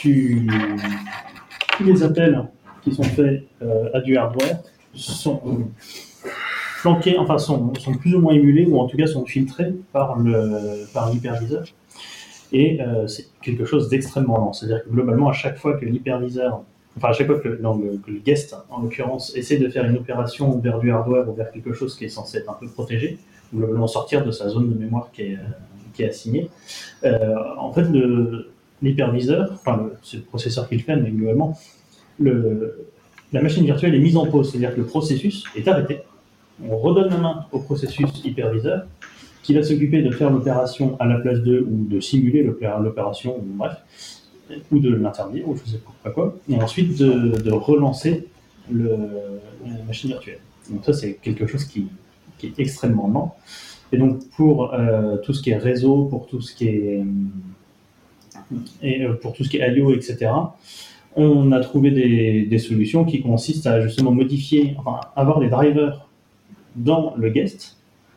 tous les appels qui sont faits à du hardware sont flanqués, enfin sont plus ou moins émulés, ou en tout cas sont filtrés par l'hyperviseur. Et c'est quelque chose d'extrêmement lent. C'est-à-dire que globalement, à chaque fois que l'hyperviseur, enfin à chaque fois que le guest, en l'occurrence, essaie de faire une opération vers du hardware ou vers quelque chose qui est censé être un peu protégé, globalement sortir de sa zone de mémoire qui est assignée, en fait, l'hyperviseur, enfin c'est le processeur qui le fait, mais globalement, la machine virtuelle est mise en pause, c'est-à-dire que le processus est arrêté. On redonne la main au processus hyperviseur qui va s'occuper de faire l'opération à la place d'eux ou de simuler l'opération, ou bref, ou de l'interdire, ou je ne sais pas quoi, et ensuite de relancer la machine virtuelle. Donc ça, c'est quelque chose qui est extrêmement lent. Et donc pour tout ce qui est réseau, pour tout ce qui est I/O, etc., on a trouvé des solutions qui consistent à justement modifier, enfin avoir des drivers dans le guest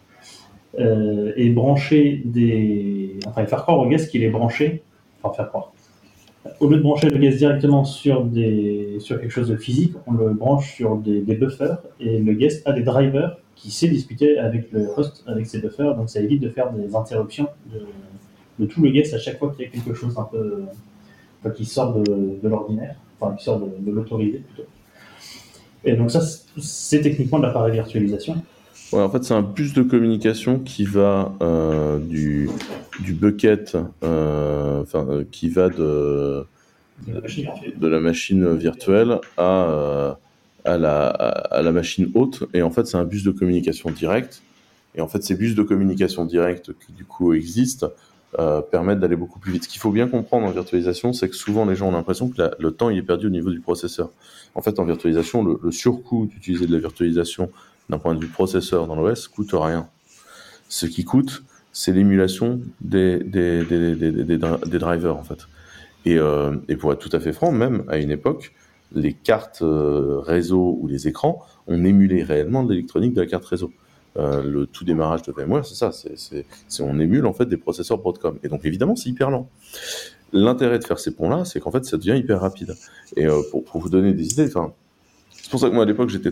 et brancher et faire croire au guest qu'il est branché, enfin faire croire. Au lieu de brancher le guest directement sur quelque chose de physique, on le branche sur des buffers et le guest a des drivers qui sait discuter avec le host avec ces buffers, donc ça évite de faire des interruptions de tout le guest à chaque fois qu'il y a quelque chose un peu qui sort de l'ordinaire, enfin qui sort de l'autorisé plutôt. Et donc ça, c'est techniquement de la paravirtualisation. Ouais, en fait, c'est un bus de communication qui va du bucket, qui va de la machine virtuelle à la machine haute. Et en fait, c'est un bus de communication directe. Et en fait, ces bus de communication directe qui du coup existent permettent d'aller beaucoup plus vite. Ce qu'il faut bien comprendre en virtualisation, c'est que souvent les gens ont l'impression que le temps il est perdu au niveau du processeur. En fait, en virtualisation, le surcoût d'utiliser de la virtualisation d'un point de vue processeur dans l'OS coûte rien. Ce qui coûte, c'est l'émulation des drivers en fait. Et pour être tout à fait franc, même à une époque, les cartes réseau ou les écrans, on émulait réellement de l'électronique de la carte réseau. Le tout démarrage de VMware, c'est ça, c'est on émule en fait des processeurs Broadcom. Et donc évidemment, c'est hyper lent. L'intérêt de faire ces ponts-là, c'est qu'en fait, ça devient hyper rapide. Et pour vous donner des idées, c'est pour ça que moi à l'époque, j'étais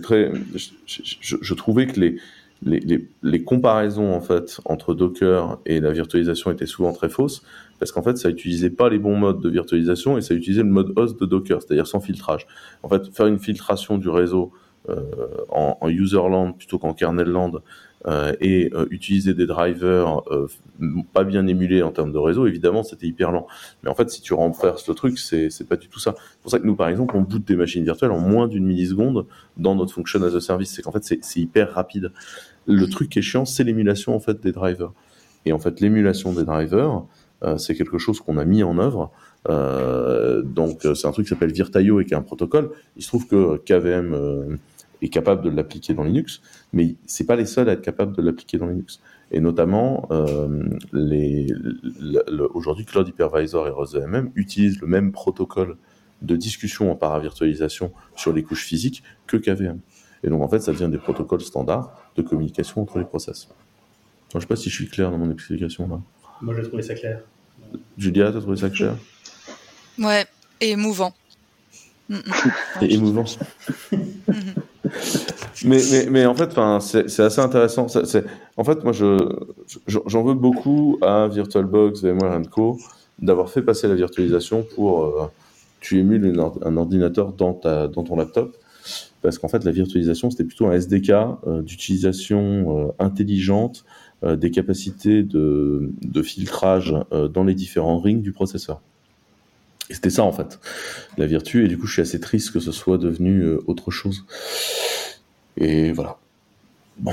je trouvais que les comparaisons en fait entre Docker et la virtualisation étaient souvent très fausses, parce qu'en fait, ça utilisait pas les bons modes de virtualisation et ça utilisait le mode host de Docker, c'est-à-dire sans filtrage. En fait, faire une filtration du réseau en userland plutôt qu'en kernelland et utiliser des drivers pas bien émulés en termes de réseau, évidemment c'était hyper lent. Mais en fait, si tu renverses le truc, c'est pas du tout ça. C'est pour ça que nous, par exemple, on boot des machines virtuelles en moins d'une milliseconde dans notre function as a service. C'est qu'en fait, c'est hyper rapide. Le truc qui est chiant, c'est l'émulation en fait des drivers. Et en fait, l'émulation des drivers, c'est quelque chose qu'on a mis en œuvre. Donc c'est un truc qui s'appelle Virtio et qui est un protocole. Il se trouve que KVM est capable de l'appliquer dans Linux, mais c'est pas les seuls à être capables de l'appliquer dans Linux. Et notamment, aujourd'hui, Cloud Hypervisor et RosVMM utilisent le même protocole de discussion en paravirtualisation sur les couches physiques que KVM. Et donc en fait, ça devient des protocoles standards de communication entre les process. Je ne sais pas si je suis clair dans mon explication là. Moi, j'ai trouvé ça clair. Julia, t'as trouvé ça clair ? Ouais, et émouvant. Et émouvant. mais en fait, c'est assez intéressant. En fait, moi, j'en veux beaucoup à VirtualBox, VMware & Co. d'avoir fait passer la virtualisation pour tu émules un ordinateur dans ton laptop. Parce qu'en fait, la virtualisation, c'était plutôt un SDK d'utilisation intelligente des capacités de filtrage dans les différents rings du processeur. Et c'était ça en fait, la vertu, et du coup je suis assez triste que ce soit devenu autre chose. Et voilà. Bon.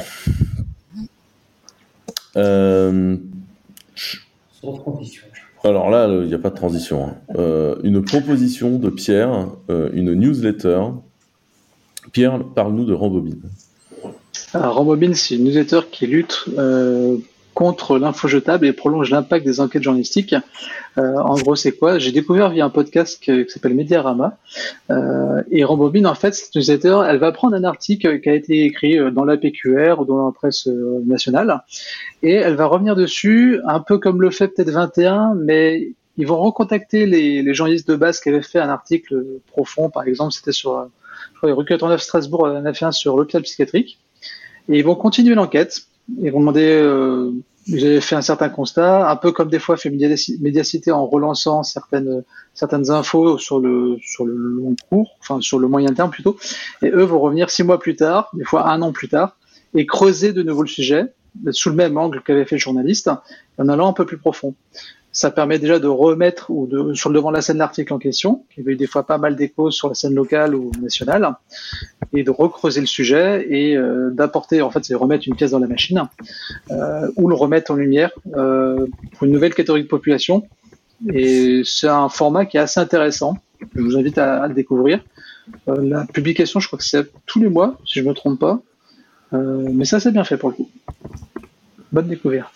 Sans transition. Alors là, il n'y a pas de transition. Une proposition de Pierre, une newsletter. Pierre, parle-nous de Rambobine. Alors, Rambobine, c'est une newsletter qui lutte contre l'info jetable et prolonge l'impact des enquêtes journalistiques. En gros, c'est quoi? J'ai découvert via un podcast qui s'appelle Mediarama. Et Rambobine, en fait, cette newsletter, elle va prendre un article qui a été écrit dans l'APQR ou dans la presse nationale, et elle va revenir dessus, un peu comme le fait peut-être 21, mais ils vont recontacter les journalistes de base qui avaient fait un article profond, par exemple, c'était sur, je crois, rue 89 Strasbourg, en a fait un sur l'hôpital psychiatrique, et ils vont continuer l'enquête. Ils vont demander, vous avez fait un certain constat, un peu comme des fois fait Mediacité en relançant certaines infos sur le long cours, enfin sur le moyen terme plutôt, et eux vont revenir 6 mois plus tard, des fois 1 an plus tard, et creuser de nouveau le sujet, sous le même angle qu'avait fait le journaliste, en allant un peu plus profond. Ça permet déjà de remettre sur le devant de la scène l'article en question, qui avait eu des fois pas mal d'échos sur la scène locale ou nationale, et de recreuser le sujet et d'apporter, en fait, c'est remettre une pièce dans la machine, ou le remettre en lumière pour une nouvelle catégorie de population. Et c'est un format qui est assez intéressant. Je vous invite à le découvrir. La publication, je crois que c'est tous les mois, si je me trompe pas. Mais ça, c'est bien fait pour le coup. Bonne découverte.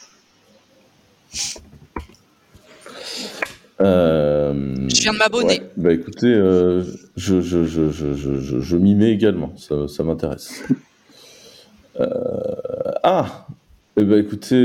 Je viens de m'abonner. Ouais. Bah écoutez, je m'y mets également, ça m'intéresse. Eh ben écoutez,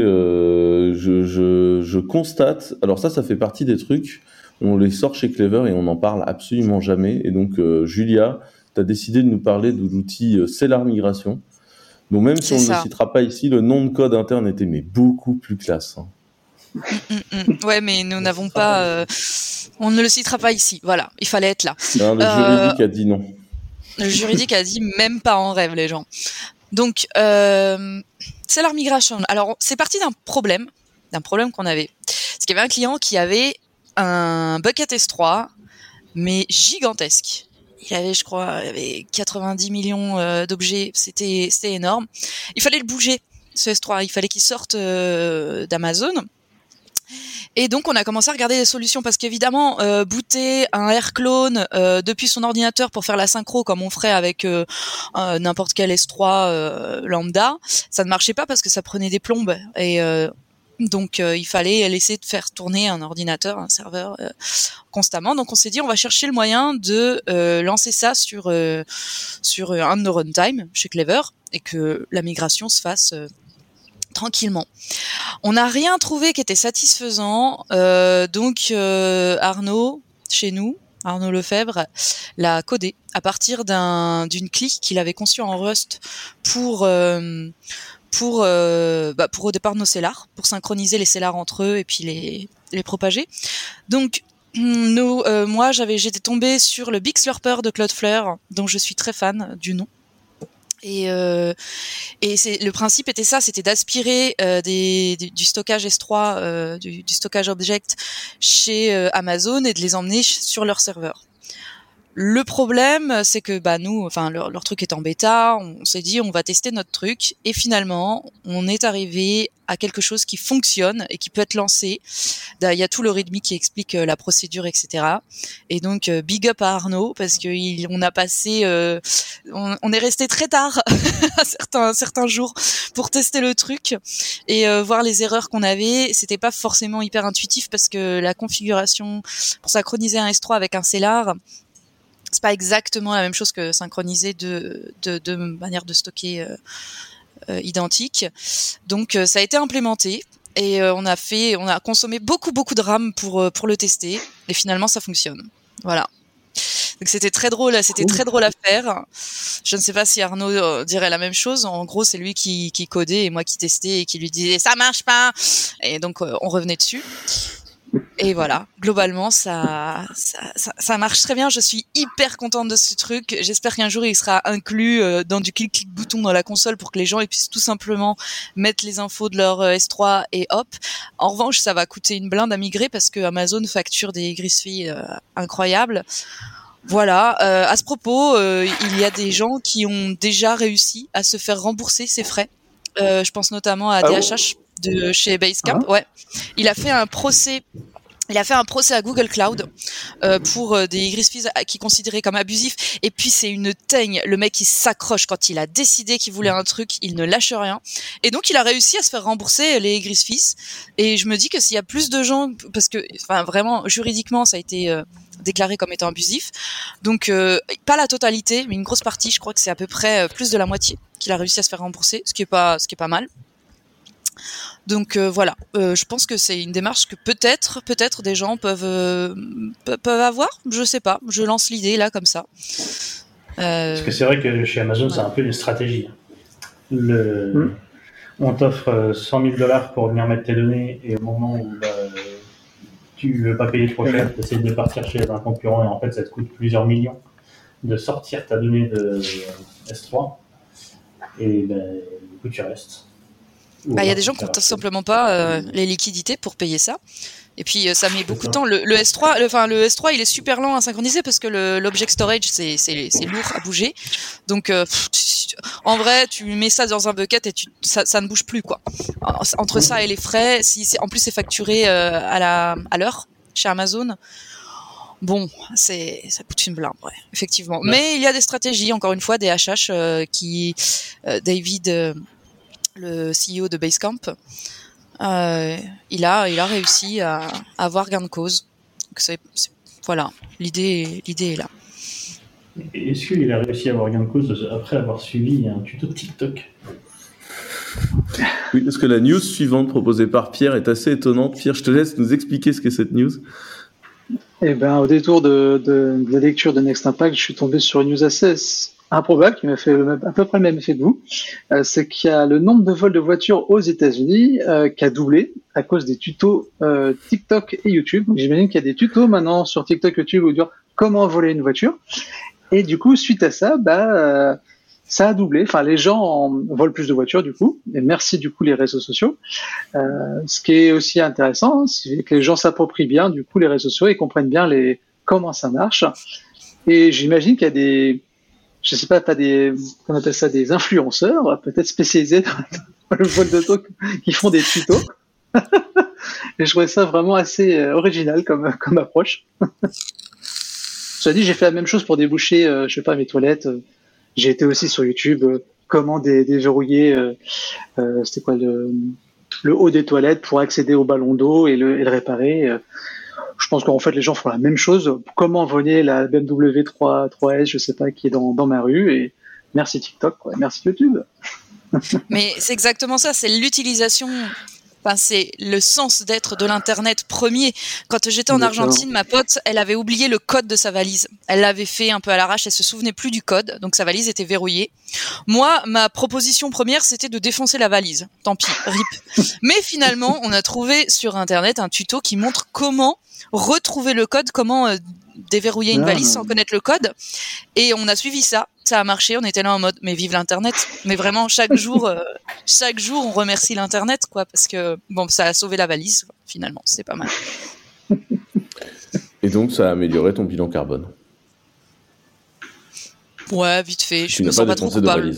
je constate. Alors ça fait partie des trucs. On les sort chez Clever et on n'en parle absolument jamais. Et donc Julia, tu as décidé de nous parler de l'outil Cellar Migration. Donc même si on ne le citera pas ici, le nom de code interne était beaucoup plus classe. Hein. Ouais, mais nous n'avons pas. On ne le citera pas ici. Voilà, il fallait être là. Non, le juridique a dit non. Le juridique a dit même pas en rêve, les gens. Donc, Cellar Migration. Alors, c'est parti d'un problème qu'on avait. Parce qu'il y avait un client qui avait un bucket S3, mais gigantesque. Il avait 90 millions d'objets. C'était énorme. Il fallait le bouger, ce S3. Il fallait qu'il sorte d'Amazon. Et donc, on a commencé à regarder des solutions parce qu'évidemment, booter un AirClone depuis son ordinateur pour faire la synchro comme on ferait avec n'importe quel S3 lambda, ça ne marchait pas parce que ça prenait des plombes. Et donc, il fallait laisser de faire tourner un ordinateur, un serveur constamment. Donc, on s'est dit, on va chercher le moyen de lancer ça sur un de nos runtime chez Clever et que la migration se fasse tranquillement. On n'a rien trouvé qui était satisfaisant, donc Arnaud, chez nous, Arnaud Lefebvre, l'a codé à partir d'une clique qu'il avait conçue en Rust pour au départ nos cellars, pour synchroniser les cellars entre eux et puis les propager. Donc moi j'étais tombée sur le Big Slurper de Cloudflare, dont je suis très fan du nom. Et le principe était ça, c'était d'aspirer du stockage S3, du stockage object chez Amazon et de les emmener sur leur serveur. Le problème, c'est que nous, enfin leur truc est en bêta, on s'est dit on va tester notre truc et finalement on est arrivé à quelque chose qui fonctionne et qui peut être lancé. Il y a tout le README qui explique la procédure, etc. Et donc big up à Arnaud parce que on a passé, on est resté très tard à certains jours pour tester le truc et voir les erreurs qu'on avait. C'était pas forcément hyper intuitif parce que la configuration pour synchroniser un S3 avec un Cellar, c'est pas exactement la même chose que synchroniser deux manières de stocker identiques. Donc ça a été implémenté et on a consommé beaucoup de RAM pour le tester et finalement ça fonctionne. Voilà. Donc c'était très drôle à faire. Je ne sais pas si Arnaud dirait la même chose. En gros, c'est lui qui codait et moi qui testais et qui lui disait ça marche pas. Et donc on revenait dessus. Et voilà, globalement, ça marche très bien. Je suis hyper contente de ce truc. J'espère qu'un jour, il sera inclus dans du clic-bouton dans la console pour que les gens ils puissent tout simplement mettre les infos de leur S3 et hop. En revanche, ça va coûter une blinde à migrer parce que Amazon facture des grises-filles incroyables. Voilà. À ce propos, il y a des gens qui ont déjà réussi à se faire rembourser ces frais. Je pense notamment à DHH de chez Basecamp. Ouais. Il a fait un procès à Google Cloud pour des grises-filles qui considéraient comme abusifs. Et puis c'est une teigne. Le mec il s'accroche quand il a décidé qu'il voulait un truc, il ne lâche rien. Et donc il a réussi à se faire rembourser les grises-filles. Et je me dis que s'il y a plus de gens, parce que enfin vraiment juridiquement ça a été déclaré comme étant abusif. Donc pas la totalité, mais une grosse partie. Je crois que c'est à peu près plus de la moitié qu'il a réussi à se faire rembourser, ce qui est pas mal. Donc voilà, je pense que c'est une démarche que peut-être des gens peuvent avoir, je sais pas, je lance l'idée là comme ça. Parce que c'est vrai que chez Amazon c'est un peu une stratégie. On t'offre $100,000 pour venir mettre tes données et au moment où tu veux pas payer trop cher, tu essaies de partir chez un concurrent et en fait ça te coûte plusieurs millions de sortir ta donnée de S3 et du coup tu restes. Il y a des gens qui n'ont tout simplement pas les liquidités pour payer ça. Et puis ça met beaucoup de temps. Le S3, il est super lent à synchroniser parce que l'object storage c'est lourd à bouger. Donc en vrai, tu mets ça dans un bucket et ça ne bouge plus quoi. Entre ça et les frais, en plus c'est facturé à l'heure chez Amazon. Bon, ça coûte une blinde, ouais, effectivement. Ouais. Mais il y a des stratégies, encore une fois, des HH David, le CEO de Basecamp, il a réussi à avoir gain de cause. Donc voilà, l'idée est là. Est-ce qu'il a réussi à avoir gain de cause après avoir suivi un tuto TikTok ? Oui, parce que la news suivante proposée par Pierre est assez étonnante. Pierre, je te laisse nous expliquer ce qu'est cette news. Eh ben, au détour de la lecture de Next Impact, je suis tombé sur une news assez improbable qui m'a fait à peu près le même effet que vous. C'est qu'il y a le nombre de vols de voitures aux États-Unis qui a doublé à cause des tutos TikTok et YouTube. Donc, j'imagine qu'il y a des tutos maintenant sur TikTok et YouTube où dire comment voler une voiture. Et du coup, suite à ça, ça a doublé. Enfin, les gens volent plus de voitures du coup. Et merci du coup les réseaux sociaux. Ce qui est aussi intéressant, c'est que les gens s'approprient bien du coup les réseaux sociaux et comprennent bien comment ça marche. Et j'imagine qu'il y a des, je sais pas, on appelle ça des influenceurs, peut-être spécialisés dans le vol d'auto, qui font des tutos. Et je trouvais ça vraiment assez original comme approche. Cela dit, j'ai fait la même chose pour déboucher, je sais pas, mes toilettes. J'ai été aussi sur YouTube, comment déverrouiller, c'était quoi le haut des toilettes pour accéder au ballon d'eau et le réparer. Je pense qu'en fait les gens font la même chose. Comment voler la BMW 3S, je sais pas, qui est dans ma rue. Et merci TikTok, quoi. Merci YouTube. Mais c'est exactement ça, c'est l'utilisation. Enfin, c'est le sens d'être de l'internet premier. Quand j'étais en Argentine, ma pote, elle avait oublié le code de sa valise. Elle l'avait fait un peu à l'arrache, elle se souvenait plus du code, donc sa valise était verrouillée. Moi, ma proposition première, c'était de défoncer la valise. Tant pis, rip. Mais finalement, on a trouvé sur internet un tuto qui montre comment retrouver le code, comment déverrouiller une valise sans connaître le code. Et on a suivi ça. Ça a marché, on était là en mode mais vive l'internet. Mais vraiment chaque jour on remercie l'internet quoi, parce que bon, ça a sauvé la valise finalement, c'est pas mal. Et donc ça a amélioré ton bilan carbone. Ouais, vite fait, je me sens pas trop coupable.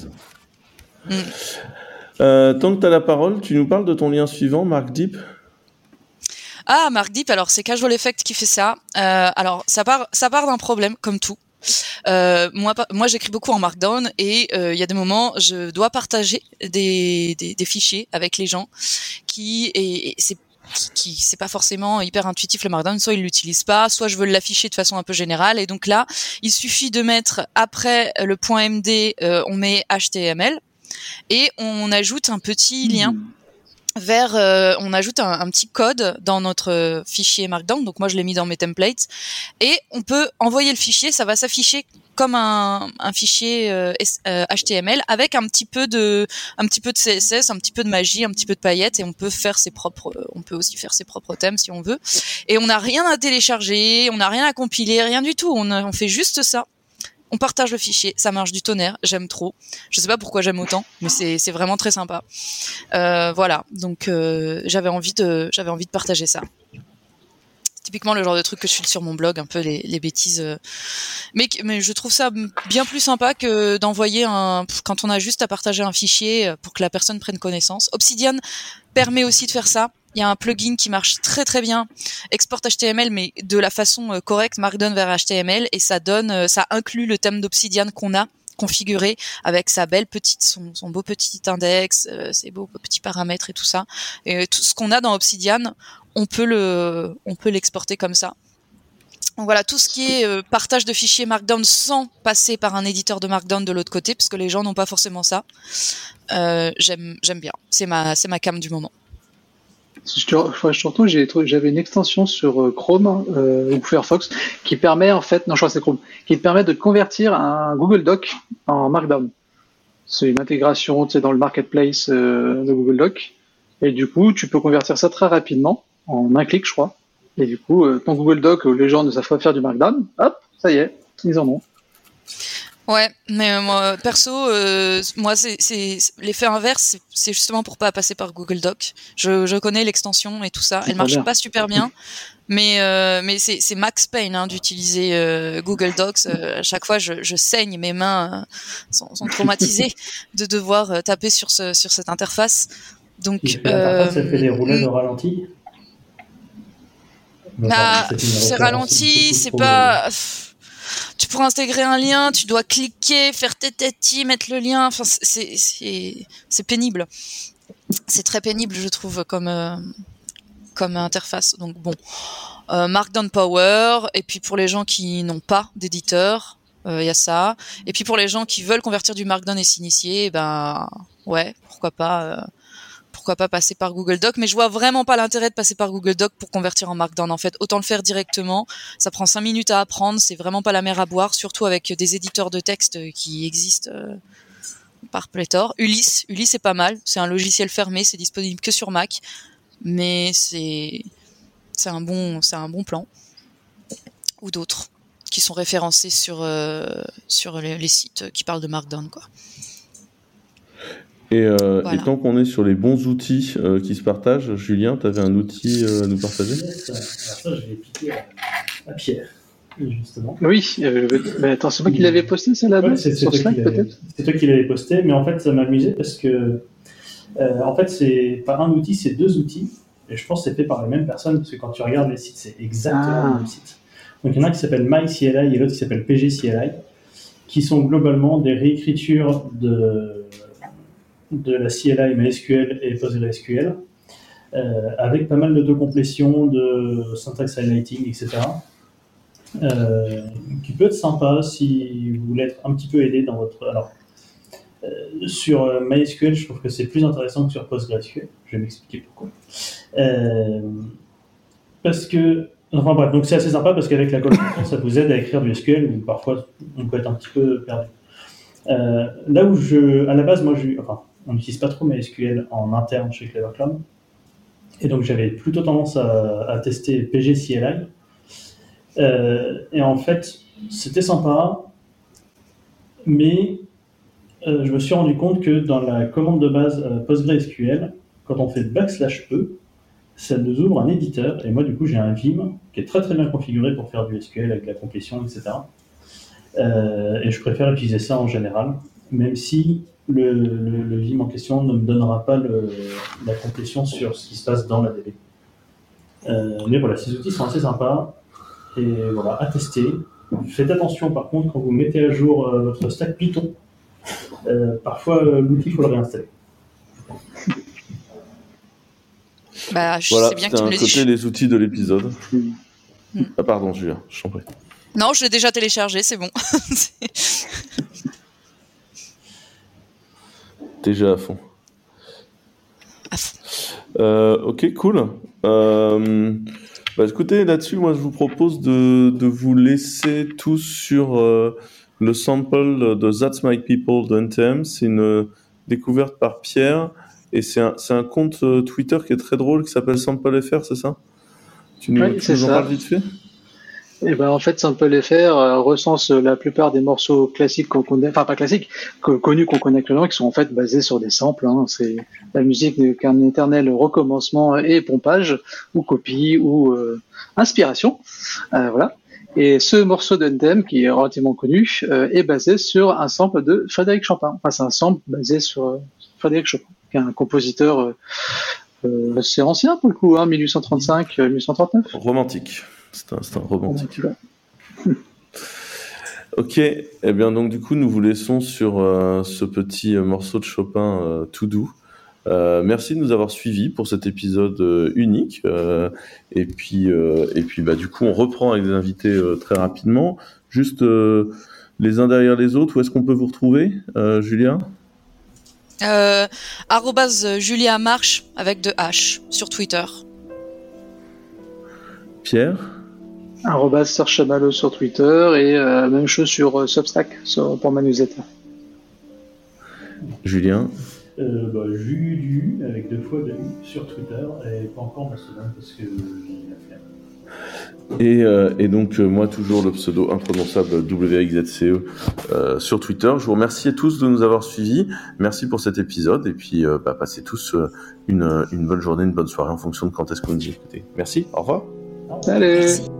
Tant que tu as la parole, tu nous parles de ton lien suivant, Mark Deep. Ah, Mark Deep, alors c'est Casual Effect qui fait ça. Alors ça part d'un problème comme tout. Moi j'écris beaucoup en Markdown et il y a des moments je dois partager des fichiers avec les gens qui c'est pas forcément hyper intuitif le Markdown, soit ils l'utilisent pas, soit je veux l'afficher de façon un peu générale et donc là il suffit de mettre après le point .md on met HTML et on ajoute un petit lien on ajoute un petit code dans notre fichier Markdown. Donc moi je l'ai mis dans mes templates et on peut envoyer le fichier, ça va s'afficher comme un fichier HTML avec un petit peu de CSS, un petit peu de magie, un petit peu de paillettes, et on peut aussi faire ses propres thèmes si on veut. Et on n'a rien à télécharger, on n'a rien à compiler, rien du tout. On fait juste ça. On partage le fichier, ça marche du tonnerre, j'aime trop. Je sais pas pourquoi j'aime autant, mais c'est vraiment très sympa. Voilà, donc j'avais envie de partager ça. Typiquement le genre de truc que je file sur mon blog, un peu les bêtises. Mais je trouve ça bien plus sympa que d'envoyer quand on a juste à partager un fichier pour que la personne prenne connaissance. Obsidian permet aussi de faire ça. Il y a un plugin qui marche très très bien, export HTML, mais de la façon correcte, Markdown vers HTML, et ça inclut le thème d'Obsidian qu'on a configuré avec son beau petit index, ses beaux petits paramètres et tout ça. Et tout ce qu'on a dans Obsidian, on peut l'exporter comme ça. Donc voilà, tout ce qui est partage de fichiers Markdown sans passer par un éditeur de Markdown de l'autre côté, parce que les gens n'ont pas forcément ça. J'aime bien. C'est ma cam du moment. Surtout, j'avais une extension sur Chrome ou Firefox qui permet qui permet de convertir un Google Doc en Markdown. C'est une intégration, dans le marketplace de Google Doc, et du coup, tu peux convertir ça très rapidement en un clic, je crois. Et du coup, ton Google Doc où les gens ne savent pas faire du Markdown, hop, ça y est, ils en ont. Ouais, mais moi, perso, moi, c'est l'effet inverse, c'est justement pour pas passer par Google Doc. Je connais l'extension et tout ça. Elle marche pas super bien, mais c'est max pain d'utiliser Google Docs. À chaque fois, je saigne, mes mains sont traumatisées de devoir taper sur cette interface. Donc, l'interface, elle fait des roulades au ralenti. C'est ralenti, c'est pas. Tu pourras intégrer un lien, tu dois cliquer, faire tête-tête, mettre le lien. Enfin, c'est pénible. C'est très pénible, je trouve, comme interface. Donc bon, Markdown Power. Et puis pour les gens qui n'ont pas d'éditeur, il y a ça. Et puis pour les gens qui veulent convertir du Markdown et s'initier, ouais, pourquoi pas passer par Google Doc, mais je vois vraiment pas l'intérêt de passer par Google Doc pour convertir en Markdown. En fait, autant le faire directement. Ça prend 5 minutes à apprendre, c'est vraiment pas la mer à boire, surtout avec des éditeurs de texte qui existent par pléthore. Ulysse est pas mal. C'est un logiciel fermé, c'est disponible que sur Mac, mais c'est un bon plan. Ou d'autres qui sont référencés sur les sites qui parlent de Markdown, quoi. Et Voilà. Et tant qu'on est sur les bons outils qui se partagent, Julien, tu avais un outil à nous partager ? Yes. Alors ça, je vais piquer à Pierre, justement. Oui, attends, c'est moi qui l'avais posté, celle-là, sur Slack, peut-être ? C'est toi qui l'avais posté, mais en fait, ça m'amusait parce que, en fait, c'est pas un outil, c'est deux outils. Et je pense que c'est fait par les mêmes personnes, parce que quand tu regardes les sites, c'est exactement le même site. Donc, il y en a un qui s'appelle MyCLI et l'autre qui s'appelle PGCLI, qui sont globalement des réécritures de la CLI MySQL et PostgreSQL, avec pas mal d'autocomplétion, de syntax highlighting, etc. Qui peut être sympa si vous voulez être un petit peu aidé dans votre... Alors, sur MySQL, je trouve que c'est plus intéressant que sur PostgreSQL. Je vais m'expliquer pourquoi. Parce que... Enfin bref, donc c'est assez sympa parce qu'avec la collaboration, ça vous aide à écrire du SQL où parfois on peut être un petit peu perdu. Là où à la base, on n'utilise pas trop MySQL en interne chez Clever Cloud. Et donc j'avais plutôt tendance à tester PGCLI. Et en fait, c'était sympa, mais je me suis rendu compte que dans la commande de base PostgreSQL, quand on fait /e, ça nous ouvre un éditeur. Et moi, du coup, j'ai un Vim qui est très très bien configuré pour faire du SQL avec la complétion, etc. Et je préfère utiliser ça en général, même si le Vim en question ne me donnera pas la complétion sur ce qui se passe dans la DB. Mais voilà, ces outils sont assez sympas et voilà, à tester. Faites attention par contre quand vous mettez à jour votre stack Python, parfois l'outil il faut le réinstaller. Voilà, sais bien que tu me le dis. Côté les outils de l'épisode. Ah pardon, Julien, je t'en prie. Non, je l'ai déjà téléchargé, c'est bon. Déjà à fond. Ok, cool. Écoutez, là-dessus, moi, je vous propose de vous laisser tous sur le sample de That's My People de NTM. C'est une découverte par Pierre. Et c'est un compte Twitter qui est très drôle, qui s'appelle SampleFR, c'est ça? Tu nous en parles vite fait? Et ben en fait, SampleFR recense la plupart des morceaux classiques qu'on connaît, enfin pas classiques, connus qu'on connaît actuellement, qui sont en fait basés sur des samples. Hein. C'est la musique n'est qu'un éternel recommencement et pompage, ou copie, ou inspiration. Voilà. Et ce morceau de NTM, qui est relativement connu, est basé sur un sample de Frédéric Chopin. Enfin, c'est un sample basé sur Frédéric Chopin, qui est un compositeur assez ancien pour le coup, hein, 1835-1839. Romantique. C'est un romantique. Ok, eh bien donc du coup nous vous laissons sur ce petit morceau de Chopin tout doux. Merci de nous avoir suivis pour cet épisode unique. Et puis bah du coup on reprend avec des invités très rapidement. Juste les uns derrière les autres. Où est-ce qu'on peut vous retrouver, Julia? Julia Marche avec 2 H sur Twitter. Pierre? Serge Chamallow sur Twitter et même chose sur Substack pour ma newsletter. Julien? Judu avec 2 fois de U sur Twitter et pas encore Mastodon parce que j'ai la flemme. Et donc moi toujours le pseudo imprononçable WXZCE sur Twitter. Je vous remercie à tous de nous avoir suivis. Merci pour cet épisode et puis passez tous une bonne journée, une bonne soirée en fonction de quand est-ce que vous nous écoutez. Merci, au revoir. Salut. Merci.